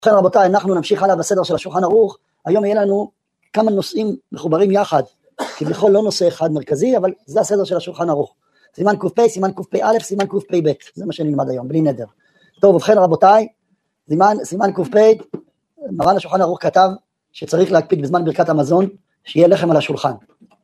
ובכן רבותיי, אנחנו נמשיך הלאה בסדר של השולחן ערוך. היום יהיה לנו כמה נושאים מחוברים יחד, כביכול לא נושא אחד מרכזי, אבל זה הסדר של השולחן ערוך. סימן ק"פ, סימן ק"פ א', סימן ק"פ ב', זה מה שנלמד היום, בלי נדר. טוב, ובכן רבותיי, סימן ק"פ, מרן השולחן ערוך כתב שצריך להקפיד בזמן ברכת המזון, שיהיה לחם על השולחן.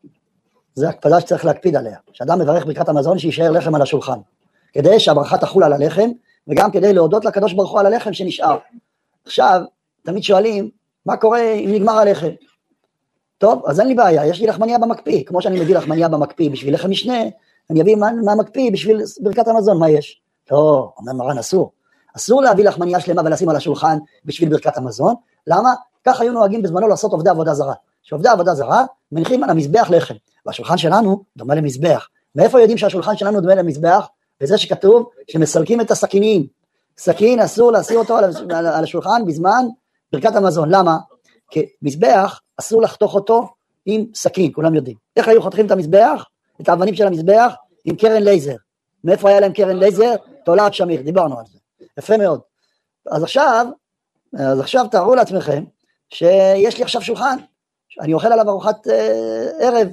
זה הקפדה שצריך להקפיד עליה. כשאדם מברך ברכת המזון, שישאר לחם על השולחן. כדי שהברכה תחול על הלחם, וגם כדי להודות לקדוש ברוך הוא על הלחם שנשאר. עכשיו, תמיד שואלים, מה קורה אם נגמר הלחם? טוב, אז אין לי בעיה, יש לי לחמניה במקפיא, כמו שאני מביא לחמניה במקפיא בשביל לחם משנה, אני אביא מהמקפיא בשביל ברכת המזון, מה יש? לא, אומר מרן אסור להביא לחמניה שלמה ולשים על השולחן בשביל ברכת המזון, למה? כך היו נוהגים בזמנו לעשות עובדי עבודה זרה, שעובדי עבודה זרה מניחים על המזבח לחם, והשולחן שלנו דומה למזבח. מאיפה יודעים שהשולחן שלנו דומה למזבח? וזה שכתוב שמסלקים את הסכינים, סכין אסור להסיר אותו על השולחן בזמן ברכת המזון, למה? כי מזבח אסור לחתוך אותו עם סכין, כולם יודעים. איך היו חותכים את המזבח? את האבנים של המזבח? עם קרן לייזר. מאיפה היה להם קרן לייזר? תולעת שמיר, דיברנו על זה. יפה מאוד. אז עכשיו תארו לעצמכם שיש לי עכשיו שולחן, אני אוכל עליו ארוחת ערב,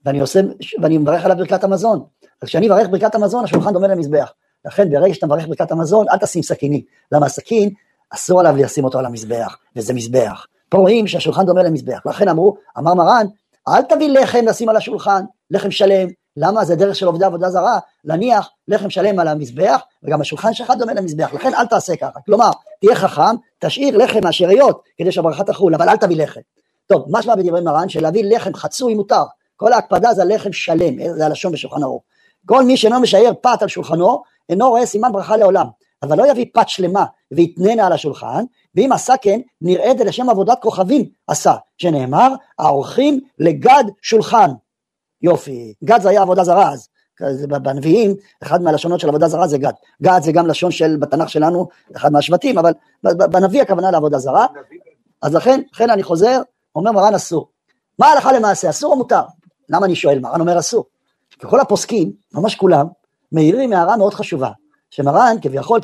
ואני מברך עליו ברכת המזון. אז כשאני מברך ברכת המזון, השולחן דומה למזבח. לכן ברגע שאתה מברך ברכת המזון, אל תשים סכיני. למה הסכין? אסור עליו לשים אותו על המזבח, וזה מזבח. פה רואים שהשולחן דומה למזבח. לכן אמר מרן, אל תביא לחם לשים על השולחן, לחם שלם. למה? זה דרך של עובדי עבודה זרה, להניח לחם שלם על המזבח, וגם השולחן שלך דומה למזבח. לכן אל תעשה ככה. כלומר, תהיה חכם, תשאיר לחם מהשאריות, כדי שהברכה תחול, אבל אל תביא לחם. טוב, משמע בדברי מרן, שלהביא לחם חצוי מותר. כל ההקפדה זה לחם שלם, זה הלשון בשולחן ערוך. כל מי שאינו משאר פת על שולחנו, אינו רואה סימן ברכה לעולם. אבל לא יביא פת שלמה ויתננה על השולחן, ואם עשה כן, נראה את זה לשם עבודת כוכבים עשה, שנאמר, העורכים לגד שולחן. יופי, גד זה היה עבודה זרה אז, בנביאים, אחד מהלשונות של עבודה זרה זה גד. גד זה גם לשון של, בתנ"ך שלנו, אחד מהשבטים, אבל בנביא הכוונה לעבודה זרה. אז לכן אני חוזר, אומר מרן אסור. מה הלכה למעשה, אסור או מותר? למה אני שואל? מרן אומר אסור. ככל הפוסקים, ממש כולם, מעירים הערה מאוד חשובה, שמרן כביכול,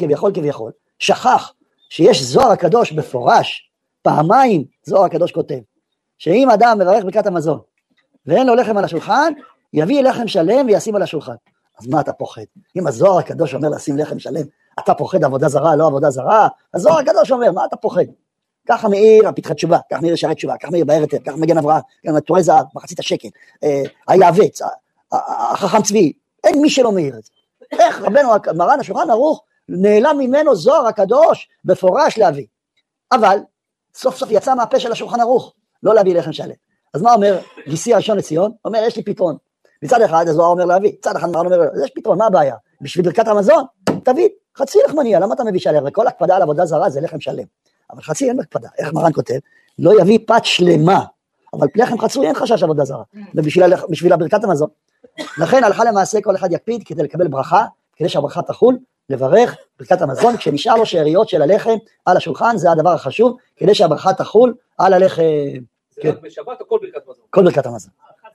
שכח שיש זוהר הקדוש בפורש, פעמיים זוהר הקדוש כותב, שאם אדם מברך ברכת המזון, ואין לו לחם על השולחן, יביא לחם שלם וישים על השולחן. אז מה אתה פוחד? אם הזוהר הקדוש אומר לשים לחם שלם, אתה פוחד עבודה זרה, לא עבודה זרה, הזוהר הקדוש אומר, מה אתה פוחד? ככה מאיר הפתחת תשובה, ככה מאיר ישרת תשובה, ככה מאיר באר היתר, ככה מגן אברהם, ככה תורי זהב, מחצית השקל, היעבץ, החכם צבי, אין מי שלא מאיר את זה. איך רבנו מרן השולחן ערוך נעלם ממנו זוהר הקדוש בפורש להביא, אבל סוף סוף יצא מהפה של השולחן ערוך לא להביא לחם שלם. אז מה אומר גיסי הראשון לציון? אומר יש לי פתרון. מצד אחד הזוהר אומר להביא, מצד אחד מרן אומר יש פתרון, מה הבעיה? בשביל ברכת המזון תביא חצי לחמניה, למה אתה מביא שלם? וכל הקפדה על עבודה זרה זה לחם שלם, אבל חצי אין הקפדה. איך מרן כותב? לא יביא פת שלמה, אבל לחם חצוי אין חשש עבודה זרה, ובשביל ברכת המזון. לכן הלכה למעשה כל אחד יקפיד כדי לקבל ברכה, כדי שהברכה תחול, לברך ברכת המזון, כשנשאר לו שאריות של הלחם על השולחן, זה הדבר החשוב, כדי שהברכה תחול על הלחם. זה רק בשבת או כל ברכת מזון? כל ברכת המזון.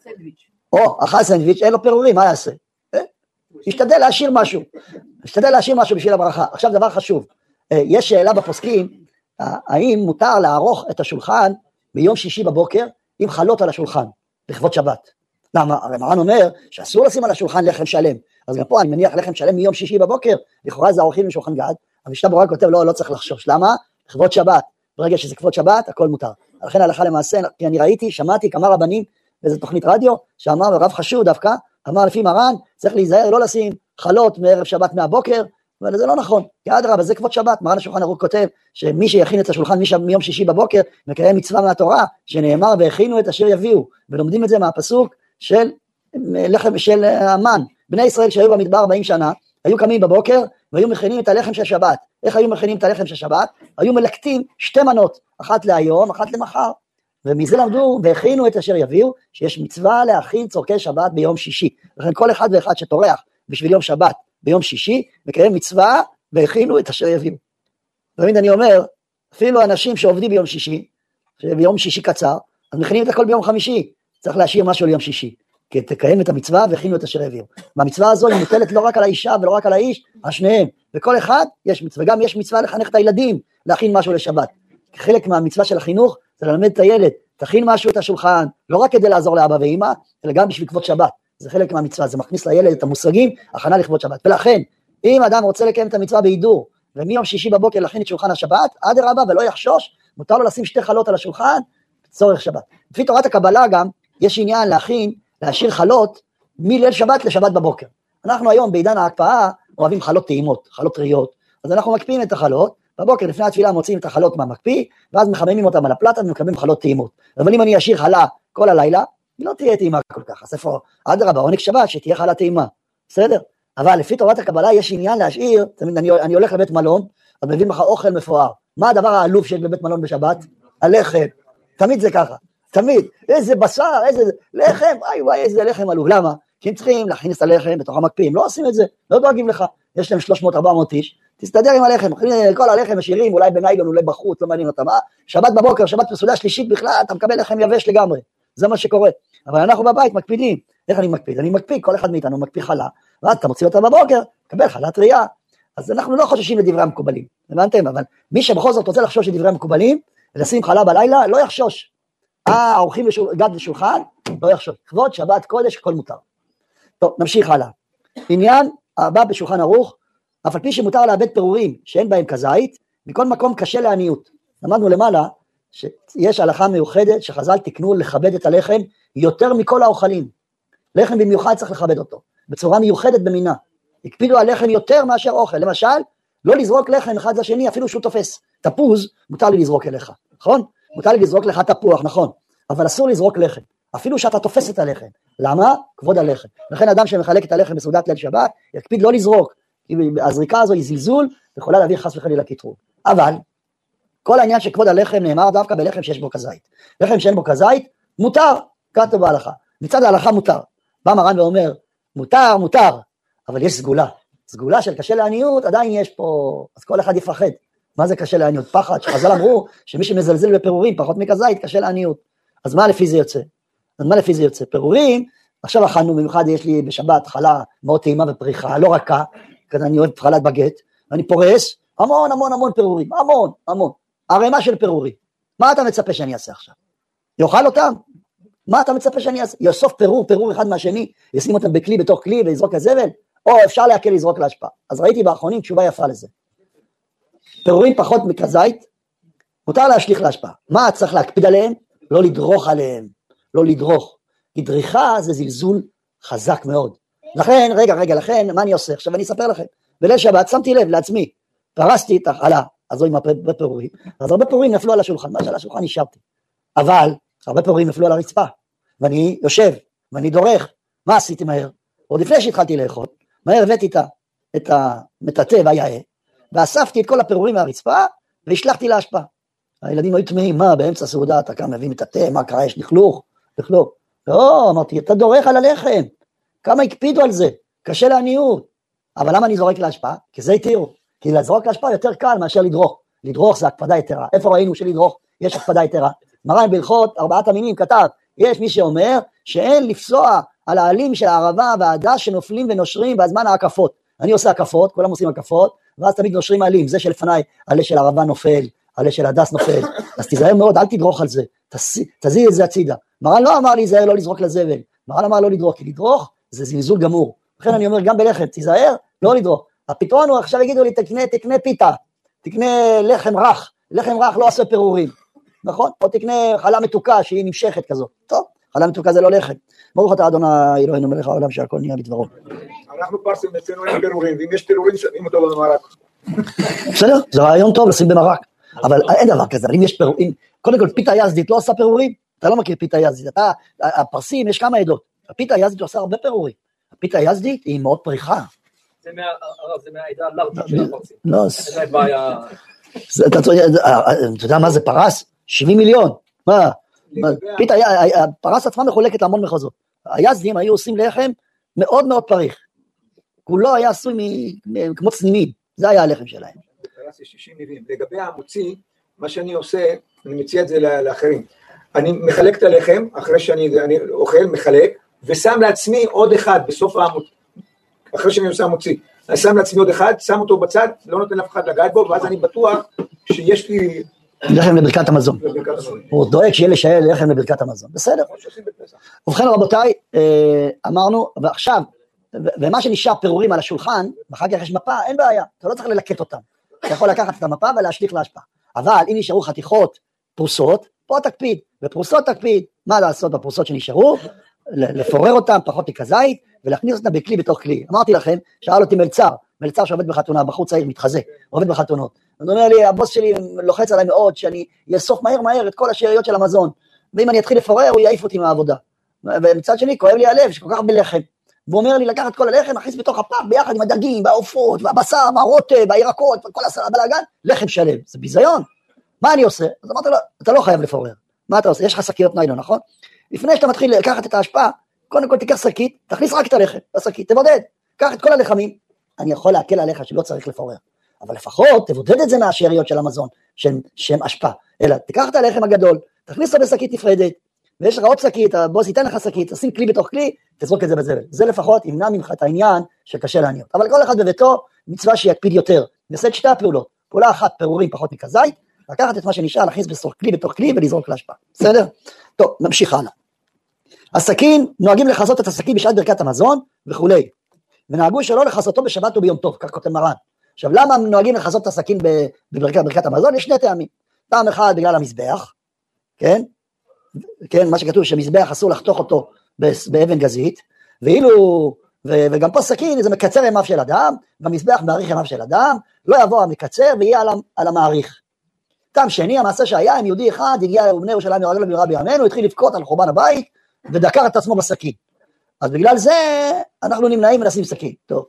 אכל סנדוויץ', אין לו פירורים, מה יעשה? ישתדל להשאיר משהו בשביל הברכה. עכשיו דבר חשוב, יש שאלה בפוסקים, האם מותר לערוך את השולחן ביום שישי בבוקר, עם חלות על השולחן, לכבוד שבת. למה? הרי מרן אומר שאסור לשים על השולחן לחם שלם, אז גם פה אני מניח לחם שלם מיום שישי בבוקר, לכאורה זה עורכים עם שולחן גד, המשנה ברורה כותב לא צריך לחשוש, למה? לכבוד שבת, ברגע שזה כבוד שבת הכל מותר. לכן הלכה למעשה, כי אני שמעתי כמה רבנים באיזו תוכנית רדיו, שאמר רב חשוב דווקא, אמר לפי מרן, צריך להיזהר לא לשים חלות מערב שבת מהבוקר, אבל זה לא נכון, כי אדרבה, זה כבוד שבת. מרן השולחן ערוך כותב שמי שיכין את השולחן מיום שישי בבוקר, מקיים מצווה מהתורה, שנאמר והכינו את אשר יביאו, ולומדים את זה מהפסוק של לחם של המן. בני ישראל שהיו במדבר 40 שנה, היו קמים בבוקר, והיו מכינים את הלחם של שבת. איך היו מכינים את הלחם של שבת? היו מלקטים 2 מנות, אחת להיום, אחת למחר. ומזה למדו והכינו את אשר יביאו, שיש מצווה להכין צורכי שבת ביום שישי. לכן כל אחד ואחד שטורח בשביל יום שבת, ביום שישי, מקיים מצווה והכינו את אשר יביאו. תמיד אני אומר, אפילו אנשים שעובדים ביום שישי, ביום שישי קצר, אז מכינים את הכל ביום חמישי, צריך להשאיר משהו ליום שישי, כי תקיים את המצווה והכינו את אשר יביאו. והמצווה הזו היא מוטלת לא רק על האישה ולא רק על האיש, על שניהם, וכל אחד יש מצווה, גם יש מצווה לחנך את הילדים, להכין משהו לשבת. חלק מהמצווה של החינוך, זה ללמד את הילד, תכין משהו את השולחן, לא רק כדי לעזור לאבא ואמא, אלא גם בשביל כבוד שבת, זה חלק מהמצווה, זה מכניס לילד את המושגים, הכנה לכבוד שבת, ולכן, אם אדם רוצה לקיים את המצווה בהידור, ומיום שישי בבוקר להכין את שולחן השבת, עד הרבה ולא יחשוש, מותר לו לשים 2 חלות על השולחן, צורך שבת. לפי תורת הקבלה גם, יש עניין להשאיר חלות, מליל שבת לשבת בבוקר. אנחנו היום בעידן ההקפאה, אוהבים חלות טעימות, חלות טריות, אז אנחנו מקפיאים את החלות, בבוקר לפני התפילה מוצאים את החלות מהמקפיא, ואז מחממים אותם על הפלטה ומקבלים חלות טעימות. אבל אם אני אשאיר חלה כל הלילה, היא לא תהיה טעימה כל כך, אז איפה, אדרבה, עונג שבת שתהיה חלה טעימה, בסדר? אבל לפי תורת הקבלה יש עניין להשאיר, אני הולך לבית מלון, אז מבין לך אוכל מפואר, מה הדבר העלוב שיש בבית מלון בשבת? הלחם, תמיד זה ככה, תמיד, איזה בשר, איזה לחם, וואי, איזה לחם עלוב, למה? כי הם צריכים להכניס את הלחם בתוך המקפיאים, לא עושים את זה, לא דואגים לך, יש להם 300-400 איש, תסתדר עם הלחם, כל הלחם משאירים, אולי בניילון, אולי בחוץ, לא מעניין אותם, שבת בבוקר, שבת בסעודה שלישית בכלל, אתה מקבל לחם יבש לגמרי, זה מה שקורה, אבל אנחנו בבית מקפידים, איך אני מקפיד? אני מקפיד, כל אחד מאיתנו מקפיד חלה, ואז אתה מוציא אותה בבוקר, קבל חלה טריה, אז אנחנו לא חוששים לדברי המקובלים, הבנתם? אבל מי שבכל זאת רוצה לחשוש לדברי המקובלים, לשים חלה בלילה, לא יחשוש, האורחים גד לשולחן, לא יחשוש, כבוד שבת קודש, הכל מותר. טוב, נמשיך הלאה. עניין הבא בשולחן ערוך, אף על פי שמותר לאבד פירורים שאין בהם כזית, מכל מקום קשה לעניות. למדנו למעלה שיש הלכה מיוחדת שחז"ל תקנו לכבד את הלחם יותר מכל האוכלים. לחם במיוחד צריך לכבד אותו, בצורה מיוחדת במינה. הקפידו על לחם יותר מאשר אוכל. למשל, לא לזרוק לחם אחד לשני, אפילו שהוא תופס. תפוז, מותר לי לזרוק אליך, נכון? מותר לי לזרוק לך תפוח, נכון? אבל אסור לזרוק לחם, אפילו שאתה תופס את הלחם. למה? כבוד הלחם. לכן אדם שמחלק את הלחם בסעודת ליל שבת, יקפיד לא לזרוק. הזריקה הזו היא זלזול, יכולה להביא חס וחלילה קטרוג. אבל, כל העניין שכבוד הלחם נאמר דווקא בלחם שיש בו כזית. לחם שאין בו כזית, מותר, כתוב בהלכה. מצד ההלכה מותר. בא מרן ואומר, מותר, אבל יש סגולה. סגולה של קשה לעניות, עדיין יש פה, אז כל אחד יפחד. מה זה קשה לעניות? פחד, שחז"ל אמרו, שמי שמזלזל בפירורים, פחות מכזית, קשה לעניות. אז מה לפי זה יוצא? פירורים, עכשיו אכלנו, במיוחד יש לי בשבת חלה מאוד טעימה ופריחה, לא רכה, כי אני אוהב חלת בגט, ואני פורס, המון פירורים, המון, ערימה של פירורים. מה אתה מצפה שאני אעשה עכשיו? יאכל אותם? מה אתה מצפה שאני אעשה? יאסוף פירור אחד מהשני, ישים אותם בכלי בתוך כלי ויזרוק הזבל, או אפשר להקל לזרוק להשפעה. אז ראיתי באחרונים תשובה יפה לזה. פירורים פחות מכזית, מותר להשליך להשפעה. מה צריך להקפיד עליהם? לא לדרוך עליהם, לא לדרוך. כי דריכה זה זלזול חזק מאוד. לכן, לכן, מה אני עושה? עכשיו אני אספר לכם. בליל שבת שמתי לב לעצמי, פרסתי את החלה, אז עם הרבה פירורים, אז הרבה פירורים נפלו על השולחן, מה שעל השולחן נשארתי. אבל, הרבה פירורים נפלו על הרצפה, ואני יושב, ואני דורך, מה עשיתי מהר? עוד לפני שהתחלתי לאכול, מהר הבאתי את המטאטא והיאה, ואספתי את כל הפירורים מהרצפה, והשלחתי להשפעה. הילדים היו תמהים, מה, באמצע סעודה, אתה כאן מביא מטאטא, מה קרה, יש לכלוך? לא, אמרתי, אתה דורך על הלחם, כמה הקפידו על זה, קשה לעניות, אבל למה אני זורק להשפעה? כי זה התירו, כי לזרוק להשפעה יותר קל מאשר לדרוך, לדרוך זה הקפדה יתרה, איפה ראינו שלדרוך יש הקפדה יתרה? מרן בהלכות 4 המינים כתב, יש מי שאומר שאין לפסוע על העלים של הערבה והעדש שנופלים ונושרים בזמן ההקפות, אני עושה הקפות, כולם עושים הקפות, ואז תמיד נושרים העלים, זה שלפניי, עלה של ערבה נופל, עלה של הדס נופל, אז תיזהר מאוד, אל תדרוך על זה, תזיז את זה הצידה. מרן לא אמר להיזהר לא לזרוק לזבל, מרן אמר לא לדרוך, כי לדרוך זה זלזול גמור, לכן אני אומר גם בלחם, תיזהר לא לדרוך. הפתרון הוא עכשיו יגידו לי תקנה פיתה, תקנה לחם רך לא עושה פירורים, נכון? או תקנה חלה מתוקה שהיא נמשכת כזאת, טוב, חלה מתוקה זה לא לחם. ברוך אתה אדוני אלוהינו מלך העולם שהכל נהיה בדברו. אנחנו פרסים אצלנו אין פירורים, ואם יש פירורים שמים אותו במרק. בסדר, זה רעיון טוב לשים במרק, אבל אין דבר כזה, אם יש פירורים, קודם כל פיתה יזדית לא עושה פירורים, אתה לא מכיר פיתה יזדית, הפרסים יש כמה עדות, הפיתה יזדית עושה הרבה פירורים, הפיתה יזדית היא מאוד פריחה. זה מהעדה לארג'ית של הפרסים. לא, זה בעיה. אתה יודע מה זה פרס? 70 מיליון, מה? הפרס עצמה מחולקת להמון מחוזות, היזדים היו עושים לחם מאוד מאוד פריך, כולו היה עשוי כמו צנינים, זה היה הלחם שלהם. פרס יש 60 ניבים, לגבי המוציא, מה שאני עושה, אני מציע את זה לאחרים, אני מחלק את הלחם, אחרי שאני אוכל, מחלק, ושם לעצמי עוד אחד בסוף המוציא, אחרי שאני עושה המוציא, אני שם לעצמי עוד אחד, שם אותו בצד, לא נותן אף אחד לגעת בו, ואז אני בטוח שיש לי לחם לברכת המזון. הוא דואג שיהיה לשייל לחם לברכת המזון. בסדר. ובכן רבותיי, אמרנו, ועכשיו, ומה שנשאר פירורים על השולחן, ואחר כך יש מפה, אין בעיה, אתה לא צריך ללקט אותם. אתה יכול לקחת את המפה ולהשליך להשפעה. אבל אם נשארו חתיכות פרוסות, פה תקפיד, בפרוסות תקפיד, מה לעשות בפרוסות שנשארו? לפורר אותם, פחות מכזית, ולהכניס אותם בכלי בתוך כלי. אמרתי לכם, שאל אותי מלצר שעובד בחתונה, בחור צעיר מתחזה, עובד בחתונות. הוא אומר לי, הבוס שלי לוחץ עליי מאוד, שאני אאסוף מהר את כל השאריות של המזון, ואם אני אתחיל לפורר, הוא יעיף אותי מהעבודה. ומצד שני, כואב לי הלב, שכל כך בלחם. והוא אומר לי, לקחת כל הלחם, נכניס בתוך הפח, ביחד עם הדגים, והעופות, והבשר, והרוטב, והירקות, וכל הבלגן, לחם שלם. זה ביזיון. מה אני עושה? אז אמרתי לו, אתה לא חייב לפורר. מה אתה עושה? יש לך שקיות ניילון, נכון? לפני שאתה מתחיל לקחת את ההשפעה, קודם כל תיקח שקית, תכניס רק את הלחם, בשקית, תבודד, קח את כל הלחמים. אני יכול להקל עליך שלא צריך לפורר, אבל לפחות תבודד את זה מהשאריות של המזון, שהם השפעה, אלא תיקח את הלחם הגדול, תכניס אותו בשקית נפרדת, ויש לך עוד שקית, הבוס ייתן לך שקית, תשים כלי בתוך כלי, תזרוק את זה בזבל. זה לפחות ימנע ממך את העניין שקשה לעניות. אבל כל אחד בביתו, מצווה שיקפיד יותר. נעשה את שתי הפעולות. פעולה אחת, פירורים פחות מכזית, לקחת את מה שנשאר, להכניס כלי בתוך כלי ולזרוק להשפעה. בסדר? טוב, נמשיך הלאה. הסכין, נוהגים לחסות את הסכין בשעת ברכת המזון וכולי. ונהגו שלא לחסותו בשבת וביום טוב, כך כותב מרן. עכשיו, למה נוהגים לחסות את הסכין בברכת המזון? יש שני טעמים. טעם אחד בגלל המזבח, כן? כן, מה שכתוב שמזבח אסור לחתוך אותו באבן גזית, וגם פה סכין זה מקצר ימיו של אדם, במזבח מעריך ימיו של אדם, לא יבוא המקצר ויהיה על המעריך. טעם שני, המעשה שהיה עם יהודי אחד, הגיע לבני ירושלים יהרגל במהרה בימינו, התחיל לבכות על חורבן הבית, ודקר את עצמו בסכין. אז בגלל זה אנחנו נמנעים לשים סכין. טוב,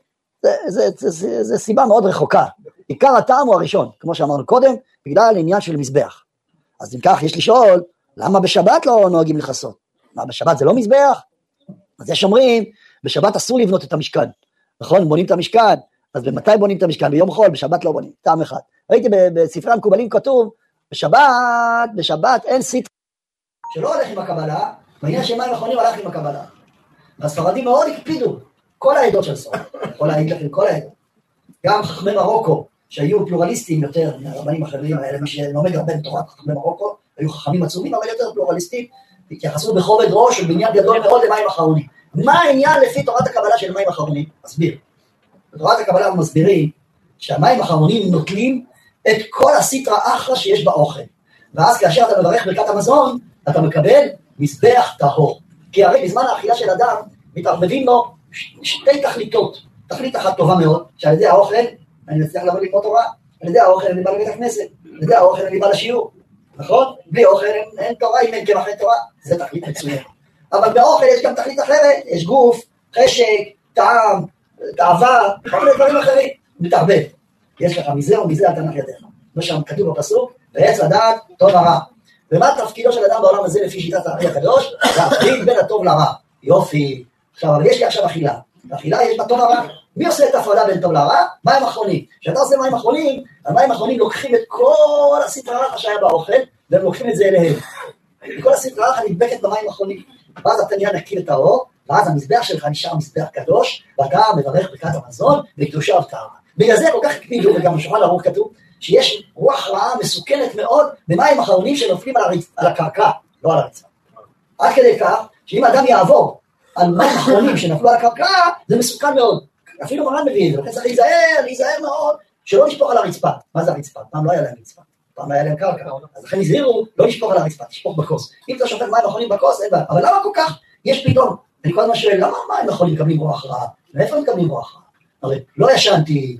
זה סיבה מאוד רחוקה. עיקר הטעם הוא הראשון, כמו שאמרנו קודם, בגלל עניין של מזבח. אז אם כך יש לשאול, למה בשבת לא נוהגים לחסות? מה, בשבת זה לא מזבח? אז יש אומרים, בשבת אסור לבנות את המשכן, נכון? בונים את המשכן, אז במתי בונים את המשכן? ביום חול, בשבת לא בונים, טעם אחד. ראיתי בספרי המקובלים כתוב, בשבת אין סטרה, שלא הולך עם הקבלה, בעניין שמים אחרונים הלך עם הקבלה. והספרדים מאוד הקפידו, כל העדות של ספרד, יכול להגיד לכם, כל העדות. גם חכמי מרוקו, שהיו פלורליסטים יותר מהרבנים אחרים האלה, מי שלומד הרבה בתורת חכמי מרוקו, היו חכמים עצומים, אבל יותר פלורליסטים, התייחסו בכובד ראש ובעניין גדול מאוד למים אחרונים. מה העניין לפי תורת הקבלה של מים אחרונים? מסביר. בתורת הקבלה מסבירים שהמים האחרונים נוטלים את כל הסטרא אחרא שיש באוכל. ואז כאשר אתה מברך ברכת המזון, אתה מקבל מזבח טהור. כי הרי בזמן האכילה של אדם, מתערבבים לו שתי תכליתות. תכלית אחת טובה מאוד, שעל ידי האוכל, אני מצליח לבוא לקרוא תורה, על ידי האוכל אני בא לבית הכנסת, על ידי האוכל אני בא לשיעור. נכון? בלי אוכל אין תורה, אם אין קמח אין תורה, זה תכלית מצוין. אבל באוכל יש גם תכלית אחרת, יש גוף, חשק, טעם, תאווה, כל מיני דברים אחרים, מתערבב. יש לך מזה או מזה, אתה נח ידיך. כמו שם כתוב בפסוק, ועץ לדעת טוב ורע. ומה תפקידו של אדם בעולם הזה לפי שיטת הארי הקדוש? להבדיל בין הטוב לרע. יופי. עכשיו, אבל יש לי עכשיו אכילה. באכילה יש בה טוב ורע. מי עושה את ההפרדה בין טוב לרע? מים אחרונים. כשאתה עושה מים אחרונים, המים האחרונים לוקחים את כל הסטרא אחרא שהיה באוכל, והם לוקחים את זה אליהם. כל הסטרא אחרא נדבקת במים האחרונים. ואז אתה נהיה נקי לטהור, ואז המזבח שלך נשאר מזבח קדוש, ואתה מברך ברכת המזון, וקדושה וטהרה. בגלל זה כל כך הקפידו, וגם בשולחן ערוך כתוב, שיש רוח רעה מסוכנת מאוד, במים אחרונים שנופלים על הקרקע, לא על הרצפה. עד כדי כך, שאם האדם יעבור על מים אחרונים שנפלו על הקרקע, זה מסוכן מאוד. אפילו מרן מביא את זה, לכן צריך להיזהר מאוד, שלא לשפוך על הרצפה. מה זה הרצפה? פעם לא היה להם רצפה, פעם היה להם קרקע. אז לכן הזהירו, לא לשפוך על הרצפה, תשפוך בכוס. אם אתה שופך מים אחרונים בכוס, אין בעיה. אבל למה כל כך? יש פתאום. אני כל הזמן שואל, למה מים אחרונים מקבלים רוח רעה? מאיפה הם מקבלים רוח רעה? הרי לא ישנתי,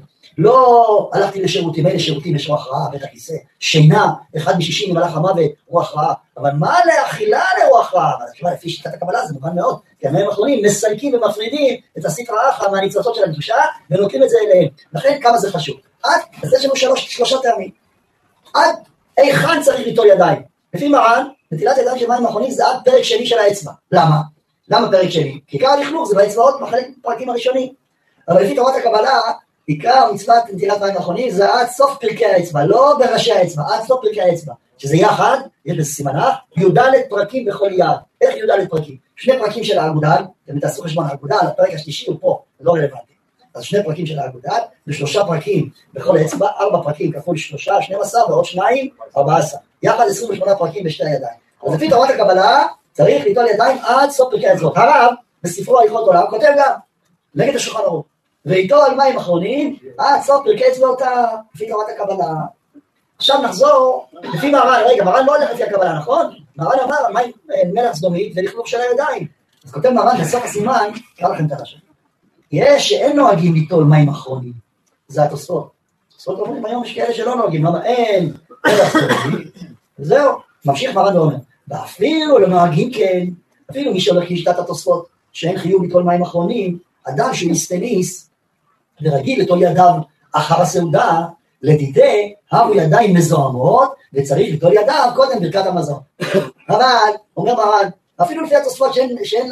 לא הלכתי לשירותים, אלה שירותים יש רוח רעה, בית הכיסא, שינה, 1 מ-60 מלאך המוות, רוח רעה, אבל מה לאכילה לרוח רעה? לפי שיטת הקבלה זה מובן מאוד, כי המים האחרונים מסלקים ומפרידים את הסטרא אחרא מהניצוצות של הקדושה, ונותנים את זה אליהם. לכן כמה זה חשוב. אז יש לנו שלושה טעמים. עד היכן צריך ליטול ידיים? לפי מרן, נטילת ידיים של מים האחרונים זה עד פרק שני של האצבע. למה? למה פרק שני? כי עיקר הלכלוך זה באצבעות בחלק פרקים הראשונים. אבל לפי תורת הקבלה, עיקר מצוות נטילת מים האחרונים זה עד סוף פרקי האצבע, לא בראשי האצבע, עד סוף פרקי האצבע, שזה יחד, יש בזה סימנה, י"ד פרקים בכל יד. איך י"ד פרקים? 2 פרקים של האגודל, אתם תעשו חשבון האגודל, הפרק השלישי הוא פה, זה לא רלוונטי. אז 2 פרקים של האגודל, ו3 פרקים בכל אצבע, 4 פרקים כפול 3, 12, ועוד 2, 14. יחד 28 פרקים בשתי הידיים. אז לפי תורת הקבלה, צריך ליטול ידיים עד סוף פרקי האצבעות. הרב, בספרו הליכות עולם, כותב גם, נגד השולחן ערוך. ואיתו על מים אחרונים, עד סוף פרקי אצבעותיו, לפי תורת הקבלה. עכשיו נחזור, לפי מרן, רגע, מרן לא הולך לפי הקבלה, נכון? מרן אמר, מים מלח סדומית ולכלוך של הידיים. אז כותב מרן בסוף הסימן, קרא לכם את הרשם. יש שאין נוהגים ליטול מים אחרונים, זה התוספות. התוספות אומרים, היום יש כאלה שלא נוהגים, למה אין מלח סדומית, וזהו, ממשיך מרן ואומר, ואפילו לא נוהגים כן, אפילו מי שהולך כשיטת התוספות, שאין חיוב ליטול מים אחרונים, אדם שהוא איסטניס, ורגיל ליטול ידיו אחר הסעודה, לדידי, הוא ידיים מזוהמות, וצריך ליטול ידיו קודם ברכת המזון. אבל, אומר מרן, אפילו לפי התוספות שאין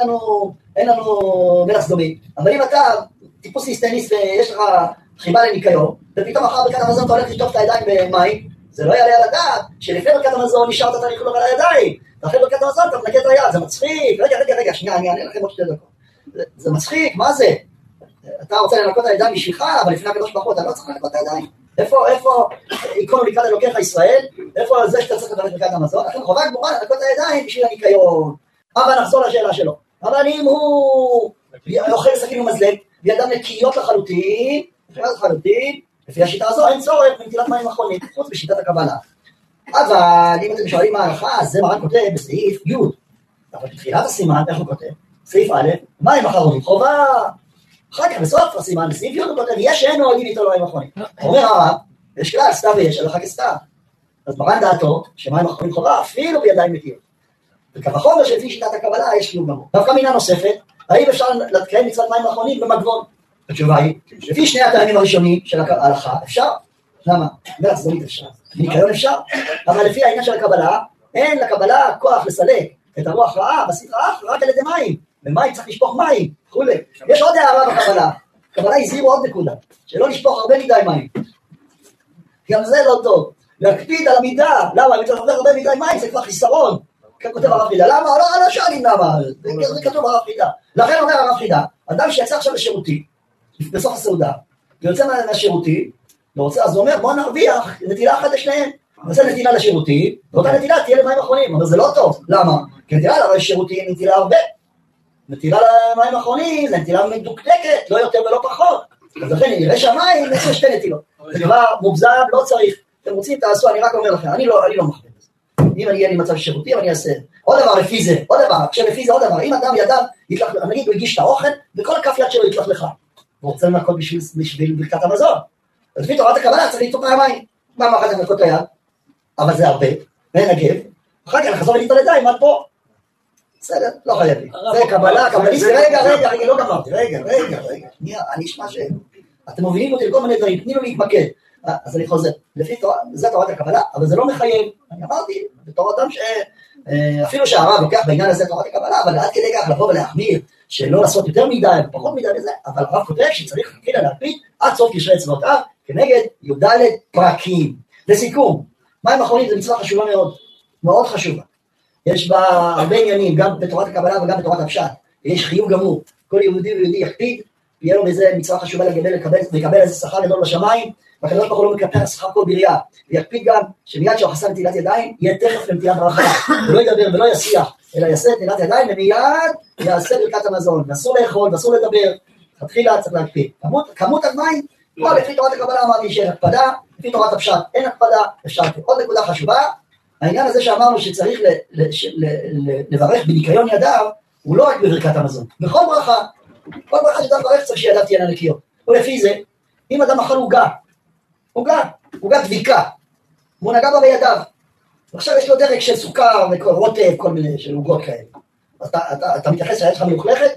לנו מלח סדומית, אבל אם אתה טיפוס איסטניס ויש לך חיבה לניקיון, ופתאום אחר ברכת המזון אתה הולך לשטוף את הידיים במים, זה לא יעלה על הדעת, שלפני ברכת המזון נשארת את הלכלוך על הידיים, ואחרי ברכת המזון אתה מנקה את היד, זה מצחיק, רגע, שנייה, אני אענה לכם עוד 2 דקות. זה מצחיק, מה זה? אתה רוצה לנקות את הידיים בשבילך, אבל לפני הקדוש ברוך הוא אתה לא צריך לנקות את הידיים. איפה עיקרון לקראת אלוקיך ישראל, איפה זה שאתה צריך לדבר ברכת המזון, לכן חובה גמורה לנקות את הידיים בשביל הניקיון. אבל נחזור לשאלה שלו. אבל אם הוא אוכל סכין ומזלג, וידם נקיות לחלוטין, לפי השיטה הזו אין צורך בנטילת מים אחרונים, חוץ בשיטת הקבלה. אבל אם אתם שואלים מה ההלכה, זה מרן כותב בסעיף י', אבל בתחילת הסימן, איך הוא כותב? סעיף א', מים אחרונים, חובה. אחר כך בסוף הסימן, בסעיף י' הוא כותב, יש שאין נוהגים ליטול מים אחרונים. אומר הרב, יש כלל, סתם ויש, הלכה כסתם. אז מרן דעתו, שמים אחרונים חובה, אפילו בידיים נקיות. וכך החומר שלפי שיטת הקבלה יש חיוב גמור. דווקא מינה נוספת, האם אפשר לקיים מצוות מים אחרונים במגבון? התשובה היא, לפי 2 הטעמים הראשונים של ההלכה, אפשר. למה? מלח סדומית אפשר, ניקיון אפשר, אבל לפי העניין של הקבלה, אין לקבלה כוח לסלק את הרוח רעה, בסדרה רק על ידי מים, במים צריך לשפוך מים, וכו'. יש עוד הערה בקבלה, הקבלה הזהירו עוד נקודה, שלא לשפוך הרבה מדי מים. גם זה לא טוב, להקפיד על המידה, למה? אם צריך הרבה מדי מים זה כבר חיסרון. כאן כותב הרב חידה, למה? לא שואלים למה, זה כתוב הרב חידה. לכן אומר הרב חידה, אדם שיצא עכשיו לשירותי, בסוף הסעודה, ויוצא מהשירותי, אז הוא אומר, בוא נרוויח נטילה אחת לשניהם. נעשה נטילה לשירותי, ואותה נטילה תהיה למים אחרונים, אבל זה לא טוב. למה? כי נטילה לשירותי נטילה הרבה. נטילה למים אחרונים, זה נטילה מדוקדקת, לא יותר ולא פחות. אז לכן נראה שהמים נעשה 2 נטילות. זה דבר מוגזם, לא צריך. אתם רוצים, תעשו, אני רק אומר לכם, אני לא מחליט בזה. אם אני אהיה לי מצב שירותי, אני אעשה. עוד דבר לפי זה, לפי זה עוד דבר. אם אדם ידיו יתלך, נגיד הוא הגיש את האוכל, וכל כף יד שלו יתלך לך. הוא רוצה לנקות בשביל ברכת המזון. אז לפי תורת הקבלה צריך ליטול מים. פעם אחת לנקות את היד, אבל זה הרבה, ונגב, אחר כך נחזור ליטול ידיים עד פה. בסדר, לא חייב לי. זה קבלה, קבליסט, רגע, לא גמרתי, רגע, אני אשמע ש... אתם מובילים אותי לכל מיני דברים, תנינו להתמקד. אז אני חוזר, זה תורת הקבלה, אבל זה לא מחייב. אני אמרתי, בתור אדם אפילו שהרב לוקח בעניין הזה תורת הקבלה, אבל עד כדי כך לבוא ולהחמיר, שלא לעשות יותר מדי, פחות מדי לזה, אבל הרב כותב שצריך כדי להקפיד עד סוף קשרי אצבעותיו, כנגד י"ד פרקים. לסיכום, מים אחרונים זה מצווה חשובה מאוד, מאוד חשובה. יש בה הרבה עניינים, גם בתורת הקבלה וגם בתורת הפשט. יש חיוב גמור, כל יהודי ויהודי יקפיד, ויהיה לו בזה מצווה חשובה לקבל איזה שכר גדול בשמיים, והקדוש ברוך הוא לא מקפח שכר כל בריאה, ויקפיד גם שמיד שהוא חסם נטילת ידיים, יהיה תכף לנטילת ברכה, ולא ידבר ולא ישיח, אלא יעשה נטילת ידיים, ומיד יעשה ברכת המזון, ואסור לאכול, ואסור לדבר, תתחילה צריך להקפיד. כמות המים, לפי תורת הקבלה אמרתי שאין הקפדה, לפי תורת הפשט אין הקפדה, אפשר. עוד נקודה חשובה, העניין הזה שאמרנו שצריך לברך בניקיון ידיו, הוא לא רק בברכת המזון, בכל ברכה, כל ברכה שאתה מברך צריך שידיו תהיינה נקיות. ולפי זה, אם אדם אכל עוגה דביקה, והוא נגע בה בידיו, ועכשיו יש לו דרג של סוכר ורוטב, כל מיני של עוגות כאלה. אז אתה מתייחס שהיד שלך מלוכלכת,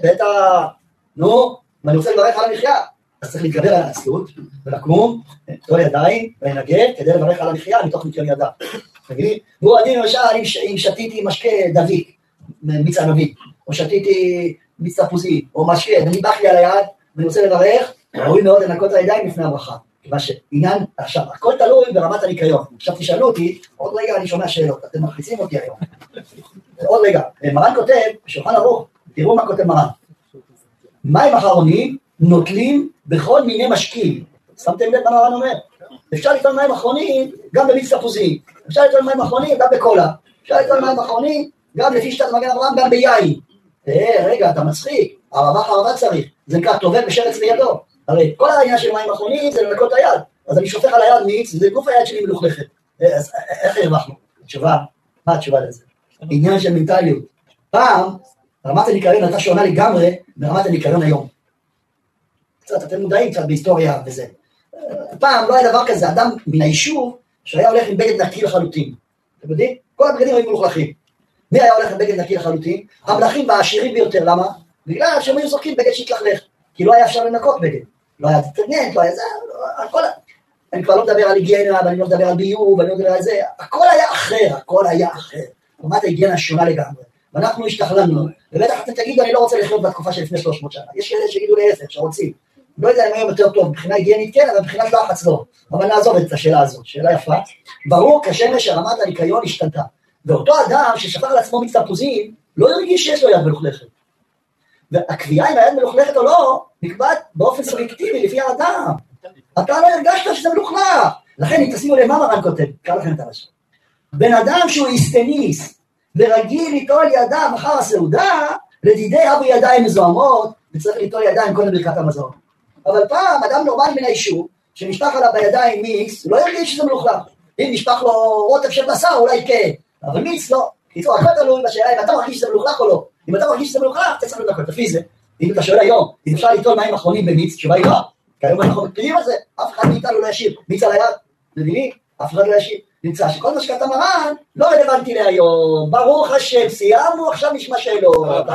ואני רוצה לברך על המחיה, אז צריך להתגבר על העצלות, ולקום, ליטול ידיים, ולנגד, כדי לברך על המחיה מתוך ניקיון ידיו. והוא עדין למשל, אם שתיתי משקה דביק, מיץ ענבים, או שתיתי מיץ תפוזי, או משקה, וניבח לי על היד, ואני רוצה לברך, ראוי מאוד לנקות הידיים לפני הברכה. כיוון שעניין, עכשיו, הכל תלוי ברמת הניקיון. עכשיו תשאלו אותי, עוד רגע אני שומע שאלות, אתם מכניסים אותי היום. עוד רגע, מרן כותב, בשולחן ערוך, תראו מה כותב מרן. מים אחרונים נוטלים בכל מיני משקים. שמתם לב מה הר"ן אומר? אפשר לטעון מים אחרונים גם במיץ תפוזים, אפשר לטעון מים אחרונים גם בקולה, אפשר לטעון מים אחרונים גם לפי שיטת מגן אברהם גם ביין. רגע, אתה מצחיק, הרבה צריך, זה נקרא טובל ושרץ לידו. הרי כל העניין של מים אחרונים זה לנקות היד, אז אני שופך על היד מיץ, וזה גוף היד שלי מלוכלכת. אז איך הרווחנו? התשובה, מה התשובה לזה? עניין של מנטליות. פעם, רמת הניקיון הייתה שונה לגמרי מרמת הניקיון היום. קצת, אתם מודעים קצת בהיסטוריה וזה. פעם לא היה דבר כזה, אדם מן היישוב שהיה הולך עם בגד נקי לחלוטין. אתם יודעים? כל הבגדים היו מלוכלכים. מי היה הולך עם בגד נקי לחלוטין? המלכים והעשירים ביותר, למה? בגלל שהם היו זורקים בגד שהתלכלך. כי לא היה אפשר לנקות בגד. לא היה אינטרנט, לא היה זה, הכל... אני כבר לא מדבר על היגיינה, ואני לא מדבר על ביוב, ואני לא מדבר על זה. הכל היה אחר, הכל היה אחר. רמת ההיגיינה שונה לגמרי. ואנחנו השתכללנו, ובטח אתם תגידו, אני לא רוצה לחיות בתקופה של לפני 300 שנה. יש כאלה שיגידו להפך, שרוצים. לא יודע אם היום יותר טוב, מבחינה היגיינית כן, אבל מבחינת לחץ לא. אבל נעזוב את השאלה הזאת, שאלה יפה. ברור כשמש שרמת הניקיון השתנתה. ואותו אדם ששפך על עצמו מיץ תפוזים, לא הרגיש שיש לו יד מלוכלכת. והקביעה אם היד מלוכלכת או לא, נקבעת באופן סובייקטיבי לפי האדם. אתה לא הרגשת שזה מלוכלך. לכן, אם תשימו למה מרן כותב, קרא לכם את הרשם. בן אדם שהוא איסטניס, ורגיל ליטול ידם אחר הסעודה, לדידי אבו ידיים מזוהמות, וצריך ליטול ידיים קודם ברכת המזון. אבל פעם, אדם נורמלי מן היישוב, שנשפך עליו בידיים מיץ, לא הרגיש שזה מלוכלך. אם נשפך לו רוטב של בשר, אולי כן, אבל מיץ לא. קיצור, הכל תלוי בשאלה, אם אתה מרגיש שזה מלוכלך או לא. אם אתה מרגיש שזה מלוכלך, אתה צריך לנקות. לפי זה, אם אתה שואל היום, אם אפשר ליטול מים אחרונים במיץ, תשובה היא לא. כי היום אנחנו מקפידים על זה, אף אחד מאיתנו לא ישיר. מיץ על היד, מבינים? אף אחד לא ישיר. נמצא שכל מה שכתב מרן לא רלוונטי להיום. ברוך השם, סיימנו, עכשיו נשמע שאלות.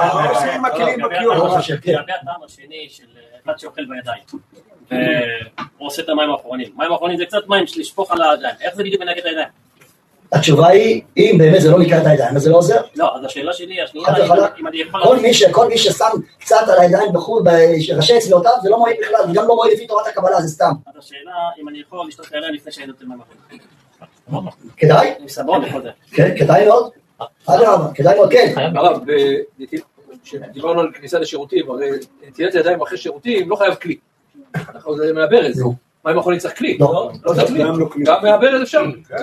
ברוך השם, כן. לגבי הטעם השני של אחד שאוכל בידיים, והוא עושה את המים האחרונים. מים האחרונים זה קצת מים לשפוך על הידיים. איך זה בדיוק מנקה את הידיים? התשובה היא, אם באמת זה לא נקרא את הידיים, אז זה לא עוזר. לא, אז השאלה שלי, השנייה, אם אני יכול... כל מי ששם קצת על הידיים בחו"ל, ראשי אצבעותיו, זה לא מועיל בכלל, גם לא מועיל לפי תורת הקבלה, זה סתם. אז השאלה, אם אני יכול לשתות את הידיים לפני שאני נותן מים אחרונים. כדאי? עם סבון וכל זה. כן, כדאי מאוד. כדאי מאוד, כן. הרב, כשדיברנו על כניסה לשירותים, הרי נטילת ידיים אחרי שירותים לא חייב כלי. זה מהברז. מים אחרונים צריך כלי. לא. גם מהברז אפשר.